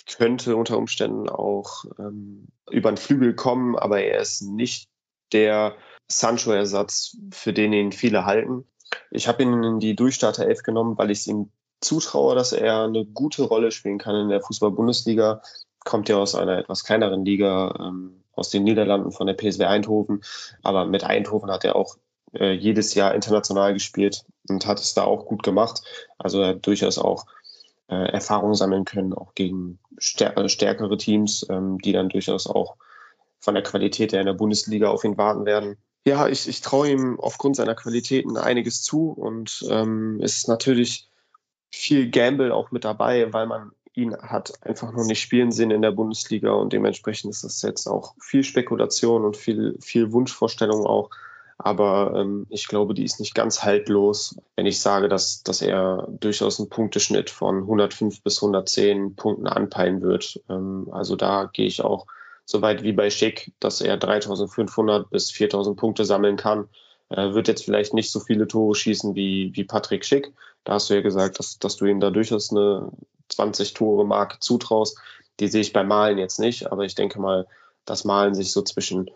[SPEAKER 2] könnte unter Umständen auch über den Flügel kommen, aber er ist nicht der Sancho-Ersatz, für den ihn viele halten. Ich habe ihn in die Durchstarter-Elf genommen, weil ich es ihm zutraue, dass er eine gute Rolle spielen kann in der Fußball-Bundesliga. Kommt ja aus einer etwas kleineren Liga, aus den Niederlanden von der PSV Eindhoven. Aber mit Eindhoven hat er auch jedes Jahr international gespielt und hat es da auch gut gemacht. Also er hat durchaus auch Erfahrung sammeln können, auch gegen stärkere Teams, die dann durchaus auch von der Qualität her in der Bundesliga auf ihn warten werden. Ja, ich traue ihm aufgrund seiner Qualitäten einiges zu und es ist natürlich viel Gamble auch mit dabei, weil man ihn hat einfach noch nicht spielen sehen in der Bundesliga und dementsprechend ist das jetzt auch viel Spekulation und viel Wunschvorstellung auch. Aber ich glaube, die ist nicht ganz haltlos, wenn ich sage, dass er durchaus einen Punkteschnitt von 105 bis 110 Punkten anpeilen wird. Also da gehe ich auch so weit wie bei Schick, dass er 3.500 bis 4.000 Punkte sammeln kann. Wird jetzt vielleicht nicht so viele Tore schießen wie Patrick Schick. Da hast du ja gesagt, dass du ihm da durchaus eine 20-Tore-Marke zutraust. Die sehe ich bei Malen jetzt nicht, aber ich denke mal, dass Malen sich so zwischen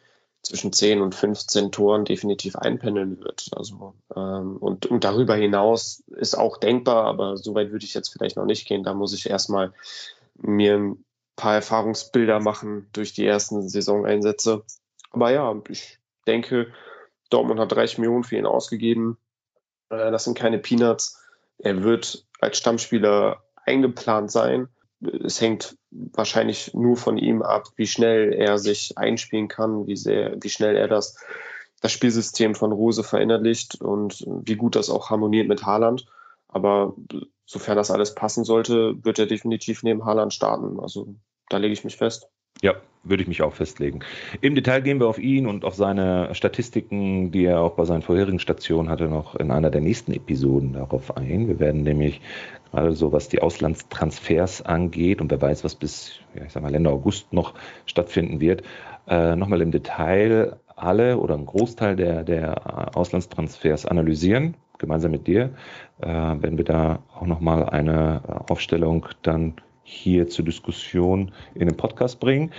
[SPEAKER 2] 10 und 15 Toren definitiv einpendeln wird. Also, und darüber hinaus ist auch denkbar, aber so weit würde ich jetzt vielleicht noch nicht gehen. Da muss ich erstmal mir ein paar Erfahrungsbilder machen durch die ersten Saisoneinsätze. Aber ja, ich denke, Dortmund hat 30 Millionen für ihn ausgegeben. Das sind keine Peanuts. Er wird als Stammspieler eingeplant sein. Es hängt wahrscheinlich nur von ihm ab, wie schnell er sich einspielen kann, wie schnell er das Spielsystem von Rose verinnerlicht und wie gut das auch harmoniert mit Haaland. Aber sofern das alles passen sollte, wird er definitiv neben Haaland starten. Also da lege ich mich fest.
[SPEAKER 1] Ja, würde ich mich auch festlegen. Im Detail gehen wir auf ihn und auf seine Statistiken, die er auch bei seinen vorherigen Stationen hatte, noch in einer der nächsten Episoden darauf ein. Wir werden nämlich gerade so, was die Auslandstransfers angeht und wer weiß, was bis, Ende August noch stattfinden wird, nochmal im Detail alle oder einen Großteil der Auslandstransfers analysieren. Gemeinsam mit dir werden wir da auch nochmal eine Aufstellung dann hier zur Diskussion in den Podcast bringen.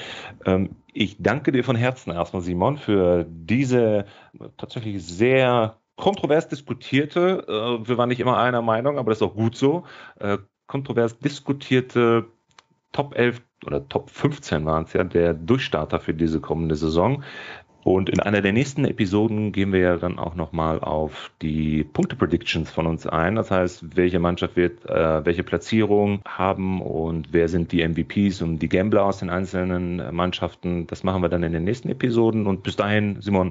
[SPEAKER 1] Ich danke dir von Herzen erstmal, Simon, für diese tatsächlich sehr kontrovers diskutierte, wir waren nicht immer einer Meinung, aber das ist auch gut so, kontrovers diskutierte Top 11 oder Top 15 waren es ja, der Durchstarter für diese kommende Saison. Und in einer der nächsten Episoden gehen wir ja dann auch nochmal auf die Punkte-Predictions von uns ein. Das heißt, welche Mannschaft wird welche Platzierung haben und wer sind die MVPs und die Gambler aus den einzelnen Mannschaften. Das machen wir dann in den nächsten Episoden. Und bis dahin, Simon,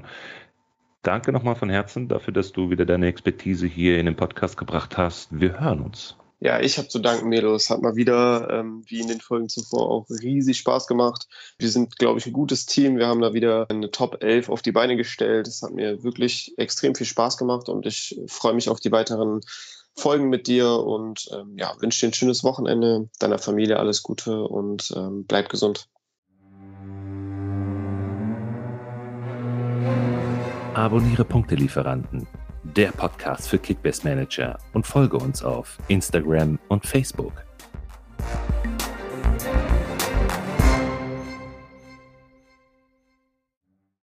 [SPEAKER 1] danke nochmal von Herzen dafür, dass du wieder deine Expertise hier in den Podcast gebracht hast. Wir hören uns.
[SPEAKER 2] Ja, ich habe zu danken, Melo. Es hat mal wieder, wie in den Folgen zuvor, auch riesig Spaß gemacht. Wir sind, glaube ich, ein gutes Team. Wir haben da wieder eine Top 11 auf die Beine gestellt. Es hat mir wirklich extrem viel Spaß gemacht und ich freue mich auf die weiteren Folgen mit dir und wünsche dir ein schönes Wochenende, deiner Familie alles Gute und bleib gesund.
[SPEAKER 1] Abonniere Punktelieferanten, der Podcast für Kickbase Manager und folge uns auf Instagram und Facebook.